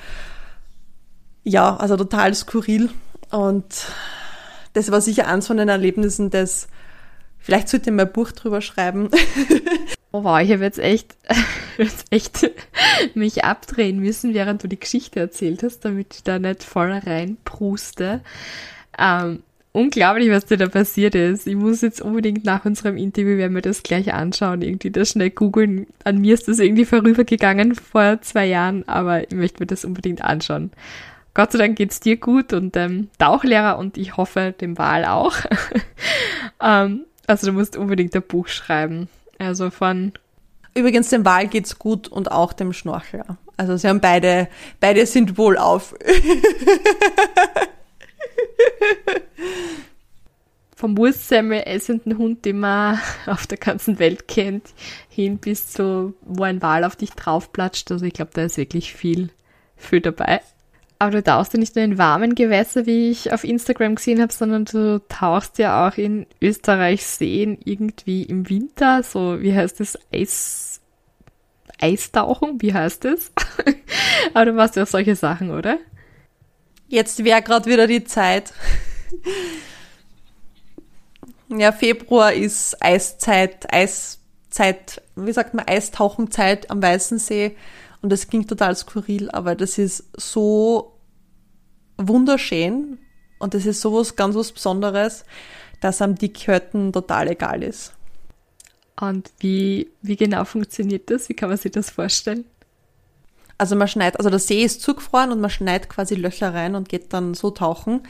Ja, also total skurril, und das war sicher eins von den Erlebnissen, das, vielleicht sollte ich mal ein Buch drüber schreiben. Oh wow, ich habe jetzt echt, jetzt echt mich abdrehen müssen, während du die Geschichte erzählt hast, damit ich da nicht voll reinpruste. Ähm, unglaublich, was dir da passiert ist. Ich muss jetzt unbedingt nach unserem Interview, werden wir das gleich anschauen, irgendwie das schnell googeln. An mir ist das irgendwie vorübergegangen vor zwei Jahren, aber ich möchte mir das unbedingt anschauen. Gott sei Dank geht's dir gut und dem Tauchlehrer, und ich hoffe dem Wal auch. ähm, also du musst unbedingt ein Buch schreiben. Also von... Übrigens, dem Wal geht's gut und auch dem Schnorchler. Also sie haben beide, beide sind wohlauf. vom Wurstsemmel essenden Hund, den man auf der ganzen Welt kennt, hin bis zu, wo ein Wal auf dich draufplatscht. Also ich glaube, da ist wirklich viel, viel dabei. Aber du tauchst ja nicht nur in warmen Gewässer, wie ich auf Instagram gesehen habe, sondern du tauchst ja auch in Österreichs Seen irgendwie im Winter. So, wie heißt das? Eis, Eistauchen? Wie heißt das? Aber du machst ja auch solche Sachen, oder? Jetzt wäre gerade wieder die Zeit. Ja, Februar ist Eiszeit, Eiszeit, wie sagt man, Eistauchenzeit am Weißensee. Und das klingt total skurril, aber das ist so wunderschön und das ist sowas ganz was Besonderes, dass einem die Kälte total egal ist. Und wie, wie genau funktioniert das? Wie kann man sich das vorstellen? Also man schneit, also der See ist zugefroren und man schneit quasi Löcher rein und geht dann so tauchen.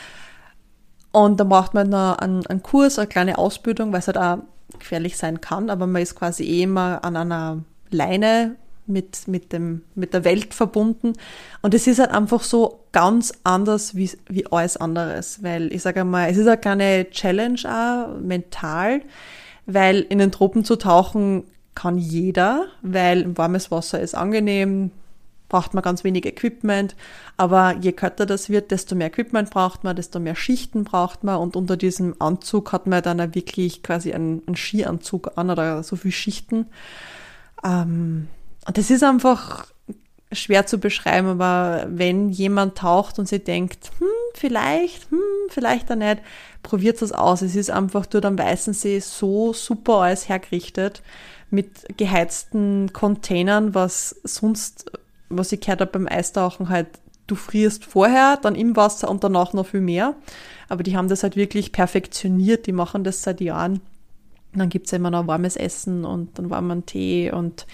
Und dann braucht man noch einen, einen Kurs, eine kleine Ausbildung, weil es halt auch gefährlich sein kann, aber man ist quasi eh immer an einer Leine mit, mit, dem, mit der Welt verbunden. Und es ist halt einfach so ganz anders wie, wie alles anderes, weil ich sage einmal, es ist eine kleine Challenge auch, mental, weil in den Tropen zu tauchen kann jeder, weil warmes Wasser ist angenehm, braucht man ganz wenig Equipment, aber je kälter das wird, desto mehr Equipment braucht man, desto mehr Schichten braucht man und unter diesem Anzug hat man dann auch wirklich quasi einen, einen Skianzug an oder so viele Schichten. Ähm, und das ist einfach schwer zu beschreiben, aber wenn jemand taucht und sich denkt, hm, vielleicht, hm, vielleicht auch nicht, probiert es aus. Es ist einfach dort am Weißensee so super alles hergerichtet mit geheizten Containern, was sonst, was ich gehört habe beim Eistauchen halt, du frierst vorher, dann im Wasser und danach noch viel mehr. Aber die haben das halt wirklich perfektioniert, die machen das seit Jahren. Und dann gibt's ja immer noch warmes Essen und dann warmen Tee und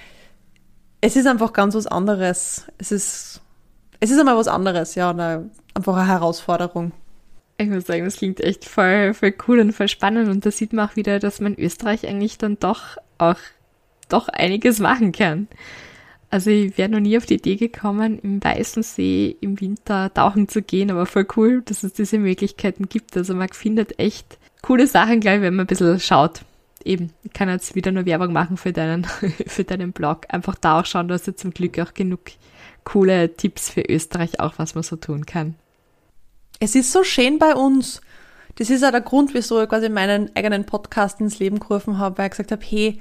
es ist einfach ganz was anderes. Es ist, es ist einmal was anderes, ja, eine, einfach eine Herausforderung. Ich muss sagen, das klingt echt voll, voll cool und voll spannend und da sieht man auch wieder, dass man in Österreich eigentlich dann doch auch doch einiges machen kann. Also ich wäre noch nie auf die Idee gekommen, im Weißensee im Winter tauchen zu gehen, aber voll cool, dass es diese Möglichkeiten gibt. Also man findet echt coole Sachen gleich, wenn man ein bisschen schaut. Eben, ich kann jetzt wieder nur Werbung machen für deinen, für deinen Blog. Einfach da auch schauen, du hast ja zum Glück auch genug coole Tipps für Österreich, auch was man so tun kann. Es ist so schön bei uns. Das ist auch der Grund, wieso ich quasi meinen eigenen Podcast ins Leben gerufen habe, weil ich gesagt habe, hey,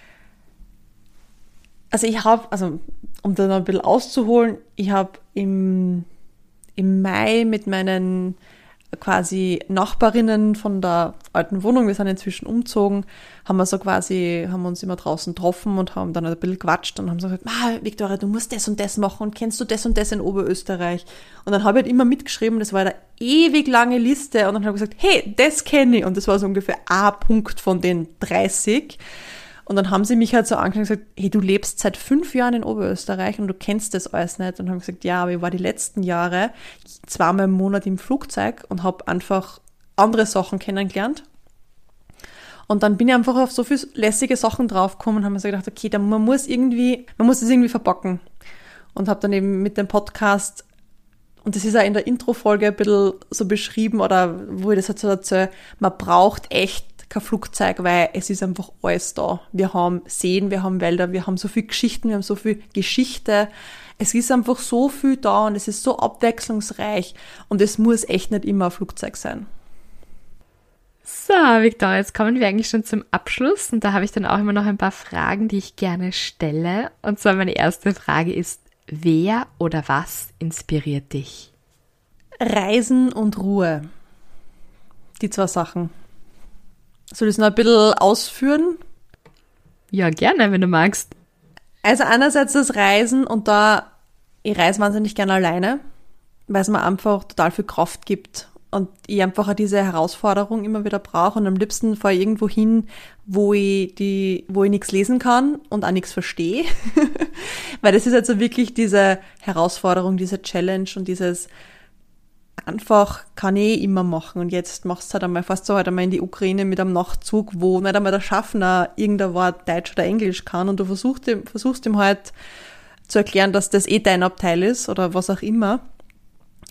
also ich habe, also um da noch ein bisschen auszuholen, ich habe im, im Mai mit meinen quasi Nachbarinnen von der alten Wohnung, wir sind inzwischen umgezogen, haben wir so quasi, haben wir uns immer draußen getroffen und haben dann ein bisschen gequatscht und haben so gesagt, ah, Viktoria, du musst das und das machen und kennst du das und das in Oberösterreich? Und dann habe ich halt immer mitgeschrieben, das war eine ewig lange Liste und dann habe ich gesagt, hey, das kenne ich und das war so ungefähr ein Punkt von den dreißig. Und dann haben sie mich halt so angeschaut und gesagt, hey, du lebst seit fünf Jahren in Oberösterreich und du kennst das alles nicht. Und haben gesagt, ja, aber ich war die letzten Jahre zweimal im Monat im Flugzeug und habe einfach andere Sachen kennengelernt. Und dann bin ich einfach auf so viele lässige Sachen draufgekommen und habe mir so gedacht, okay, dann, man muss irgendwie, man muss das irgendwie verpacken. Und habe dann eben mit dem Podcast, und das ist auch in der Intro-Folge ein bisschen so beschrieben, oder wo ich das halt so erzähle, man braucht echt kein Flugzeug, weil es ist einfach alles da. Wir haben Seen, wir haben Wälder, wir haben so viel Geschichten, wir haben so viel Geschichte. Es ist einfach so viel da und es ist so abwechslungsreich und es muss echt nicht immer ein Flugzeug sein. So, Viktoria, jetzt kommen wir eigentlich schon zum Abschluss und da habe ich dann auch immer noch ein paar Fragen, die ich gerne stelle. Und zwar meine erste Frage ist, wer oder was inspiriert dich? Reisen und Ruhe. Die zwei Sachen. Soll ich es noch ein bisschen ausführen? Ja, gerne, wenn du magst. Also einerseits das Reisen und da, ich reise wahnsinnig gerne alleine, weil es mir einfach total viel Kraft gibt und ich einfach auch diese Herausforderung immer wieder brauche und am liebsten fahre ich irgendwo hin, wo ich die, wo ich nichts lesen kann und auch nichts verstehe. Weil das ist also wirklich diese Herausforderung, diese Challenge und dieses einfach kann ich eh immer machen und jetzt machst du halt einmal, fast so halt einmal in die Ukraine mit einem Nachtzug, wo nicht einmal der Schaffner irgendein Wort Deutsch oder Englisch kann und du versuchst ihm, versuchst ihm halt zu erklären, dass das eh dein Abteil ist oder was auch immer.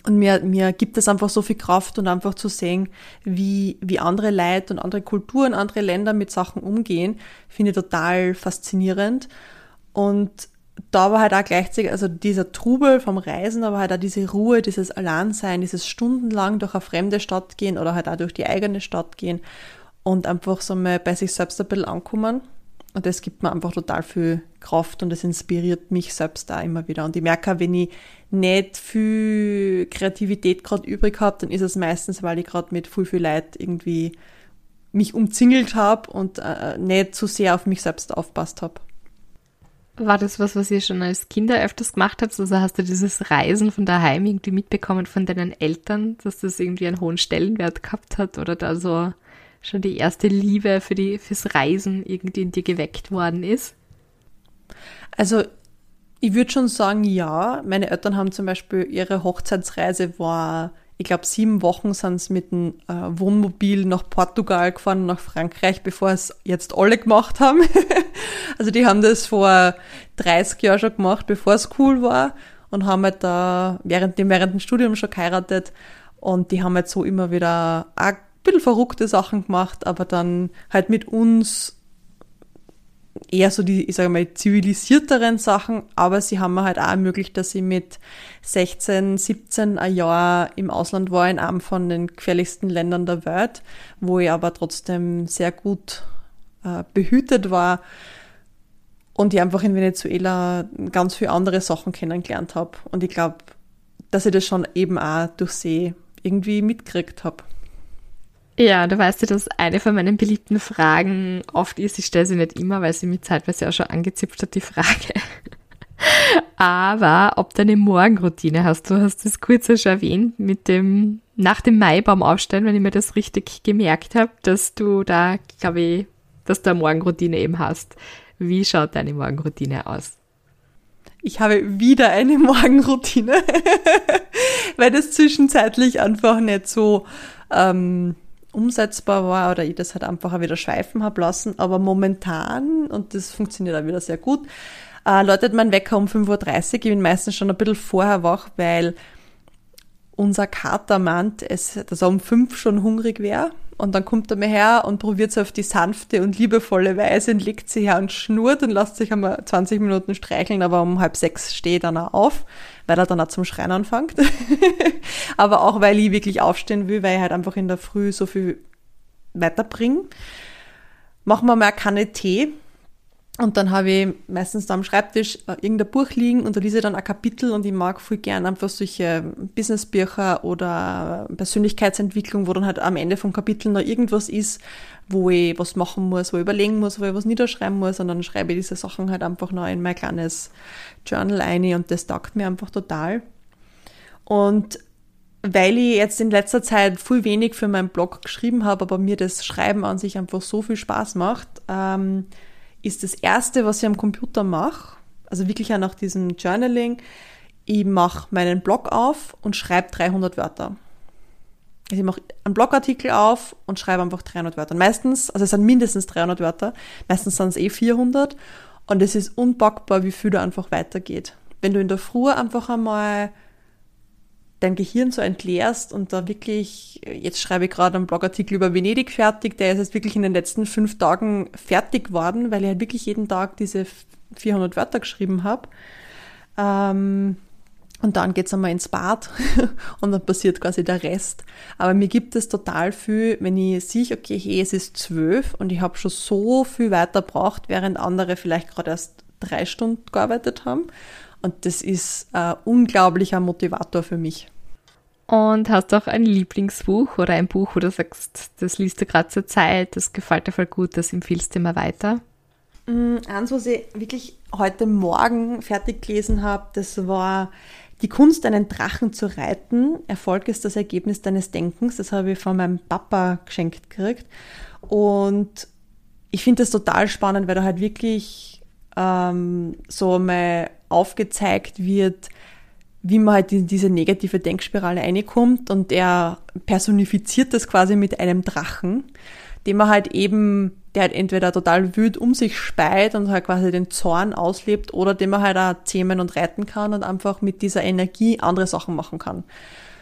Und mir, mir gibt es einfach so viel Kraft und einfach zu sehen, wie, wie andere Leute und andere Kulturen, andere Länder mit Sachen umgehen, finde ich total faszinierend. Und da war halt auch gleichzeitig, also dieser Trubel vom Reisen, aber halt auch diese Ruhe, dieses Alleinsein, dieses stundenlang durch eine fremde Stadt gehen oder halt auch durch die eigene Stadt gehen und einfach so mal bei sich selbst ein bisschen ankommen. Und das gibt mir einfach total viel Kraft und das inspiriert mich selbst da immer wieder. Und ich merke auch, wenn ich nicht viel Kreativität gerade übrig habe, dann ist es meistens, weil ich gerade mit viel, viel Leid irgendwie mich umzingelt habe und äh, nicht zu sehr auf mich selbst aufpasst habe. War das was, was ihr schon als Kinder öfters gemacht habt? Also hast du dieses Reisen von daheim irgendwie mitbekommen von deinen Eltern, dass das irgendwie einen hohen Stellenwert gehabt hat oder da so schon die erste Liebe für die, fürs Reisen irgendwie in dir geweckt worden ist? Also ich würde schon sagen, ja. Meine Eltern haben zum Beispiel, ihre Hochzeitsreise war, ich glaube, sieben Wochen sind sie mit dem äh, Wohnmobil nach Portugal gefahren, nach Frankreich, bevor es jetzt alle gemacht haben. Also die haben das vor dreißig Jahren schon gemacht, bevor es cool war und haben halt da während dem, während dem Studium schon geheiratet und die haben halt so immer wieder auch ein bisschen verrückte Sachen gemacht, aber dann halt mit uns eher so die, ich sage mal, zivilisierteren Sachen, aber sie haben mir halt auch ermöglicht, dass ich mit sechzehn, siebzehn ein Jahr im Ausland war, in einem von den gefährlichsten Ländern der Welt, wo ich aber trotzdem sehr gut äh, behütet war und ich einfach in Venezuela ganz viele andere Sachen kennengelernt habe. Und ich glaube, dass ich das schon eben auch durch See irgendwie mitgekriegt habe. Ja, du weißt ja, dass eine von meinen beliebten Fragen oft ist, ich stelle sie nicht immer, weil sie mich zeitweise auch schon angezipft hat, die Frage. Aber ob du eine Morgenroutine hast, du hast es kurz schon erwähnt, mit dem nach dem Maibaum aufstellen, wenn ich mir das richtig gemerkt habe, dass du da, glaube ich, dass du eine Morgenroutine eben hast. Wie schaut deine Morgenroutine aus? Ich habe wieder eine Morgenroutine, weil das zwischenzeitlich einfach nicht so ähm, umsetzbar war oder ich das halt einfach auch wieder schweifen habe lassen. Aber momentan, und das funktioniert auch wieder sehr gut, äh, läutet mein Wecker um fünf Uhr dreißig. Ich bin meistens schon ein bisschen vorher wach, weil unser Kater meint, es, dass er um fünf schon hungrig wäre. Und dann kommt er mir her und probiert es auf die sanfte und liebevolle Weise und legt sich her und schnurrt und lässt sich einmal zwanzig Minuten streicheln, aber um halb sechs steht dann auch auf, weil er dann auch zum Schreien anfängt. Aber auch, weil ich wirklich aufstehen will, weil ich halt einfach in der Früh so viel weiterbringe. Machen wir mal eine Kanne Tee. Und dann habe ich meistens da am Schreibtisch irgendein Buch liegen und da lese ich dann ein Kapitel und ich mag voll gern einfach solche Businessbücher oder Persönlichkeitsentwicklung, wo dann halt am Ende vom Kapitel noch irgendwas ist, wo ich was machen muss, wo ich überlegen muss, wo ich was niederschreiben muss und dann schreibe ich diese Sachen halt einfach noch in mein kleines Journal ein und das taugt mir einfach total. Und weil ich jetzt in letzter Zeit viel wenig für meinen Blog geschrieben habe, aber mir das Schreiben an sich einfach so viel Spaß macht, ähm, ist das Erste, was ich am Computer mache, also wirklich auch nach diesem Journaling, ich mache meinen Blog auf und schreibe dreihundert Wörter. Also ich mache einen Blogartikel auf und schreibe einfach dreihundert Wörter. Meistens, also es sind mindestens dreihundert Wörter, meistens sind es eh vierhundert und es ist unpackbar, wie viel da einfach weitergeht. Wenn du in der Früh einfach einmal dein Gehirn so entleerst und da wirklich, jetzt schreibe ich gerade einen Blogartikel über Venedig fertig, der ist jetzt wirklich in den letzten fünf Tagen fertig geworden, weil ich halt wirklich jeden Tag diese vierhundert Wörter geschrieben habe. Ähm, und dann geht's einmal ins Bad und dann passiert quasi der Rest. Aber mir gibt es total viel, wenn ich sehe, okay, hey, es ist zwölf und ich habe schon so viel weiter gebraucht, während andere vielleicht gerade erst drei Stunden gearbeitet haben. Und das ist ein unglaublicher Motivator für mich. Und hast du auch ein Lieblingsbuch oder ein Buch, wo du sagst, das liest du gerade zur Zeit, das gefällt dir voll gut, das empfiehlst du immer weiter? Mm, eins, was ich wirklich heute Morgen fertig gelesen habe, das war Die Kunst, einen Drachen zu reiten. Erfolg ist das Ergebnis deines Denkens. Das habe ich von meinem Papa geschenkt gekriegt. Und ich finde das total spannend, weil da halt wirklich ähm, so mal aufgezeigt wird, wie man halt in diese negative Denkspirale reinkommt und er personifiziert das quasi mit einem Drachen, den man halt eben, der halt entweder total wild um sich speit und halt quasi den Zorn auslebt oder den man halt auch zähmen und reiten kann und einfach mit dieser Energie andere Sachen machen kann.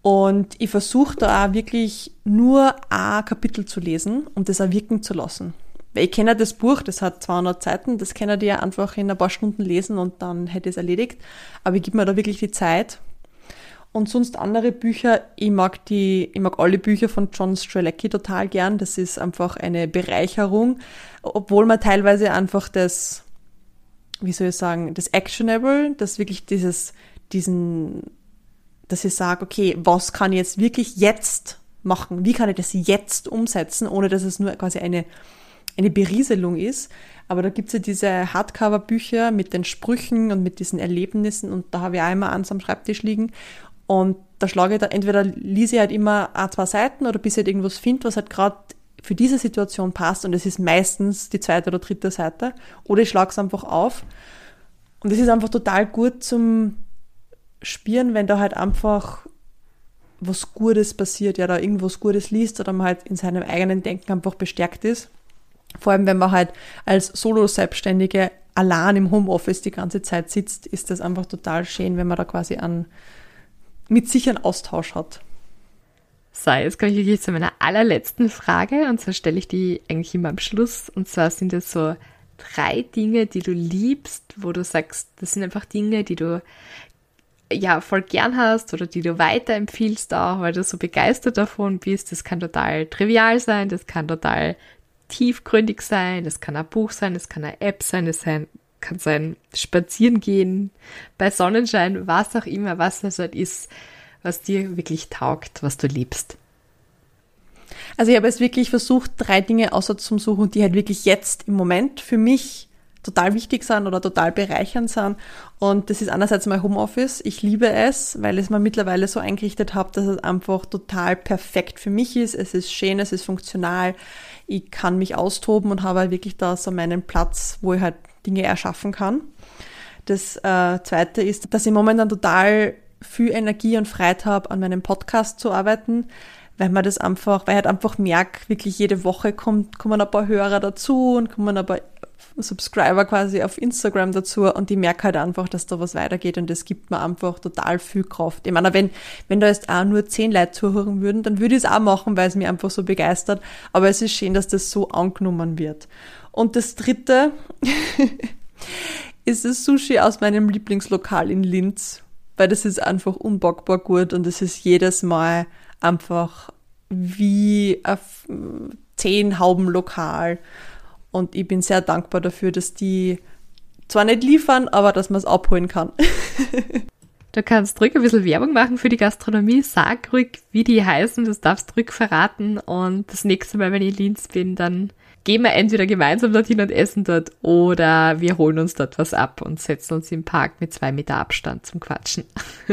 Und ich versuche da auch wirklich nur ein Kapitel zu lesen und das auch wirken zu lassen. Weil ich kenne das Buch, das hat zweihundert Seiten, das kann ich ja einfach in ein paar Stunden lesen und dann hätte ich es erledigt. Aber ich gebe mir da wirklich die Zeit. Und sonst andere Bücher, ich mag die, ich mag alle Bücher von John Strzelecki total gern. Das ist einfach eine Bereicherung, obwohl man teilweise einfach das, wie soll ich sagen, das Actionable, das wirklich dieses, diesen, dass ich sage, okay, was kann ich jetzt wirklich jetzt machen? Wie kann ich das jetzt umsetzen, ohne dass es nur quasi eine, eine Berieselung ist? Aber da gibt's ja diese Hardcover-Bücher mit den Sprüchen und mit diesen Erlebnissen und da habe ich auch immer eins am Schreibtisch liegen. Und da schlage ich da, entweder lese ich halt immer ein, zwei Seiten oder bis ich halt irgendwas finde, was halt gerade für diese Situation passt und es ist meistens die zweite oder dritte Seite oder ich schlage es einfach auf. Und es ist einfach total gut zum Spüren, wenn da halt einfach was Gutes passiert, ja, da irgendwas Gutes liest oder man halt in seinem eigenen Denken einfach bestärkt ist. Vor allem, wenn man halt als Solo-Selbstständige allein im Homeoffice die ganze Zeit sitzt, ist das einfach total schön, wenn man da quasi an mit sich einen Austausch hat. So, jetzt komme ich wirklich zu meiner allerletzten Frage und zwar stelle ich die eigentlich immer am Schluss und zwar sind das so drei Dinge, die du liebst, wo du sagst, das sind einfach Dinge, die du ja voll gern hast oder die du weiterempfiehlst auch, weil du so begeistert davon bist. Das kann total trivial sein, das kann total tiefgründig sein, das kann ein Buch sein, das kann eine App sein, das sein kann sein Spazieren gehen, bei Sonnenschein, was auch immer, was es halt ist, was dir wirklich taugt, was du liebst. Also ich habe jetzt wirklich versucht, drei Dinge auszusuchen, die halt wirklich jetzt im Moment für mich total wichtig sind oder total bereichernd sind. Und das ist einerseits mein Homeoffice. Ich liebe es, weil ich es mir mittlerweile so eingerichtet habe, dass es einfach total perfekt für mich ist. Es ist schön, es ist funktional. Ich kann mich austoben und habe halt wirklich da so meinen Platz, wo ich halt Dinge erschaffen kann. Das äh, Zweite ist, dass ich momentan total viel Energie und Freude habe, an meinem Podcast zu arbeiten, weil man das einfach, weil ich halt einfach merke, wirklich jede Woche kommt, kommen ein paar Hörer dazu und kommen ein paar Subscriber quasi auf Instagram dazu und ich merke halt einfach, dass da was weitergeht und das gibt mir einfach total viel Kraft. Ich meine, wenn, wenn da jetzt auch nur zehn Leute zuhören würden, dann würde ich es auch machen, weil es mich einfach so begeistert, aber es ist schön, dass das so angenommen wird. Und das Dritte ist das Sushi aus meinem Lieblingslokal in Linz, weil das ist einfach unbockbar gut und es ist jedes Mal einfach wie ein zehn Hauben Lokal. Und ich bin sehr dankbar dafür, dass die zwar nicht liefern, aber dass man es abholen kann. Du kannst ruhig ein bisschen Werbung machen für die Gastronomie. Sag ruhig, wie die heißen, das darfst du ruhig verraten. Und das nächste Mal, wenn ich in Linz bin, dann gehen wir entweder gemeinsam dorthin und essen dort oder wir holen uns dort was ab und setzen uns im Park mit zwei Meter Abstand zum Quatschen.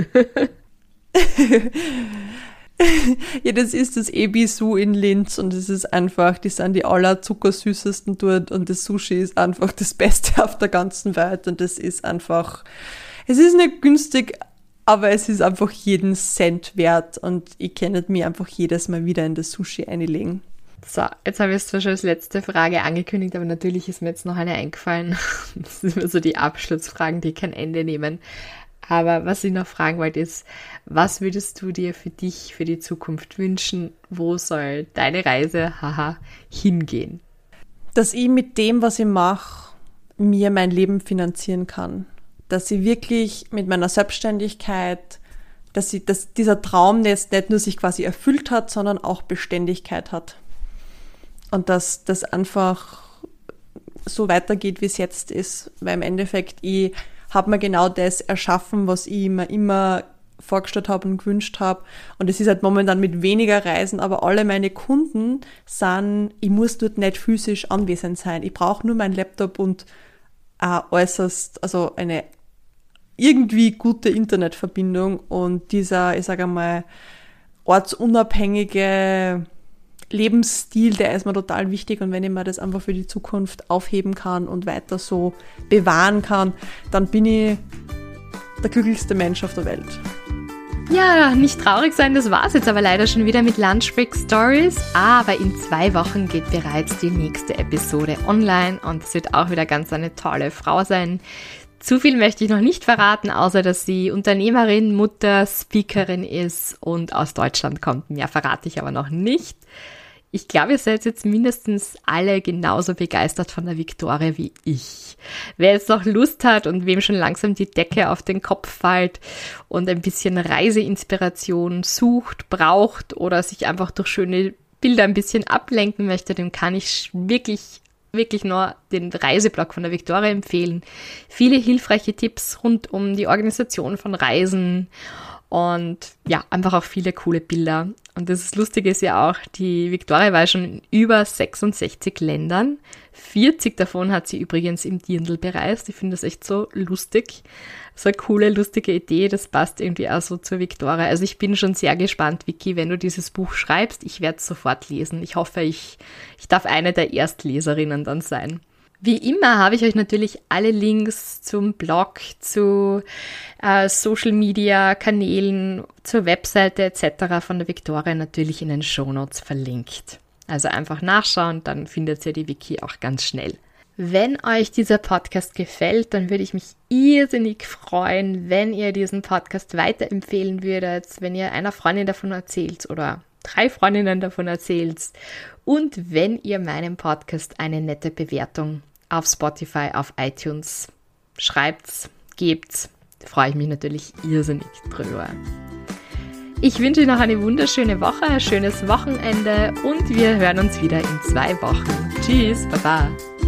Ja, das ist das Ebisu in Linz und es ist einfach, die sind die allerzuckersüßesten dort und das Sushi ist einfach das Beste auf der ganzen Welt und das ist einfach, es ist nicht günstig, aber es ist einfach jeden Cent wert und ich kann nicht mir einfach jedes Mal wieder in das Sushi einlegen. So, jetzt habe ich es zwar schon als letzte Frage angekündigt, aber natürlich ist mir jetzt noch eine eingefallen. Das sind immer so die Abschlussfragen, die kein Ende nehmen. Aber was ich noch fragen wollte ist, was würdest du dir für dich, für die Zukunft wünschen? Wo soll deine Reise, haha, hingehen? Dass ich mit dem, was ich mache, mir mein Leben finanzieren kann. Dass ich wirklich mit meiner Selbstständigkeit, dass, ich, dass dieser Traum jetzt nicht nur sich quasi erfüllt hat, sondern auch Beständigkeit hat. Und dass das einfach so weitergeht, wie es jetzt ist. Weil im Endeffekt, ich habe mir genau das erschaffen, was ich mir immer vorgestellt habe und gewünscht habe. Und es ist halt momentan mit weniger Reisen, aber alle meine Kunden sind, ich muss dort nicht physisch anwesend sein. Ich brauche nur meinen Laptop und äh, äußerst, also eine irgendwie gute Internetverbindung und dieser, ich sage einmal, ortsunabhängige Lebensstil, der ist mir total wichtig und wenn ich mir das einfach für die Zukunft aufheben kann und weiter so bewahren kann, dann bin ich der glücklichste Mensch auf der Welt. Ja, nicht traurig sein, das war's jetzt aber leider schon wieder mit Lunchbreak Stories, aber in zwei Wochen geht bereits die nächste Episode online und es wird auch wieder ganz eine tolle Frau sein, Zu viel möchte ich noch nicht verraten, außer dass sie Unternehmerin, Mutter, Speakerin ist und aus Deutschland kommt. Mehr verrate ich aber noch nicht. Ich glaube, ihr seid jetzt mindestens alle genauso begeistert von der Viktoria wie ich. Wer jetzt noch Lust hat und wem schon langsam die Decke auf den Kopf fällt und ein bisschen Reiseinspiration sucht, braucht oder sich einfach durch schöne Bilder ein bisschen ablenken möchte, dem kann ich wirklich wirklich nur den Reiseblog von der Viktoria empfehlen. Viele hilfreiche Tipps rund um die Organisation von Reisen und ja, einfach auch viele coole Bilder. Und das Lustige ist ja auch, die Viktoria war schon in über sechsundsechzig Ländern. vierzig davon hat sie übrigens im Dirndl bereist. Ich finde das echt so lustig. So eine coole, lustige Idee. Das passt irgendwie auch so zur Viktoria. Also ich bin schon sehr gespannt, Vicky, wenn du dieses Buch schreibst. Ich werde es sofort lesen. Ich hoffe, ich, ich darf eine der Erstleserinnen dann sein. Wie immer habe ich euch natürlich alle Links zum Blog, zu äh, Social-Media-Kanälen, zur Webseite et cetera von der Viktoria natürlich in den Shownotes verlinkt. Also einfach nachschauen, dann findet ihr die Vicky auch ganz schnell. Wenn euch dieser Podcast gefällt, dann würde ich mich irrsinnig freuen, wenn ihr diesen Podcast weiterempfehlen würdet, wenn ihr einer Freundin davon erzählt oder drei Freundinnen davon erzählt und wenn ihr meinem Podcast eine nette Bewertung auf Spotify, auf iTunes schreibt, gebt, freue ich mich natürlich irrsinnig drüber. Ich wünsche euch noch eine wunderschöne Woche, ein schönes Wochenende und wir hören uns wieder in zwei Wochen. Tschüss, baba!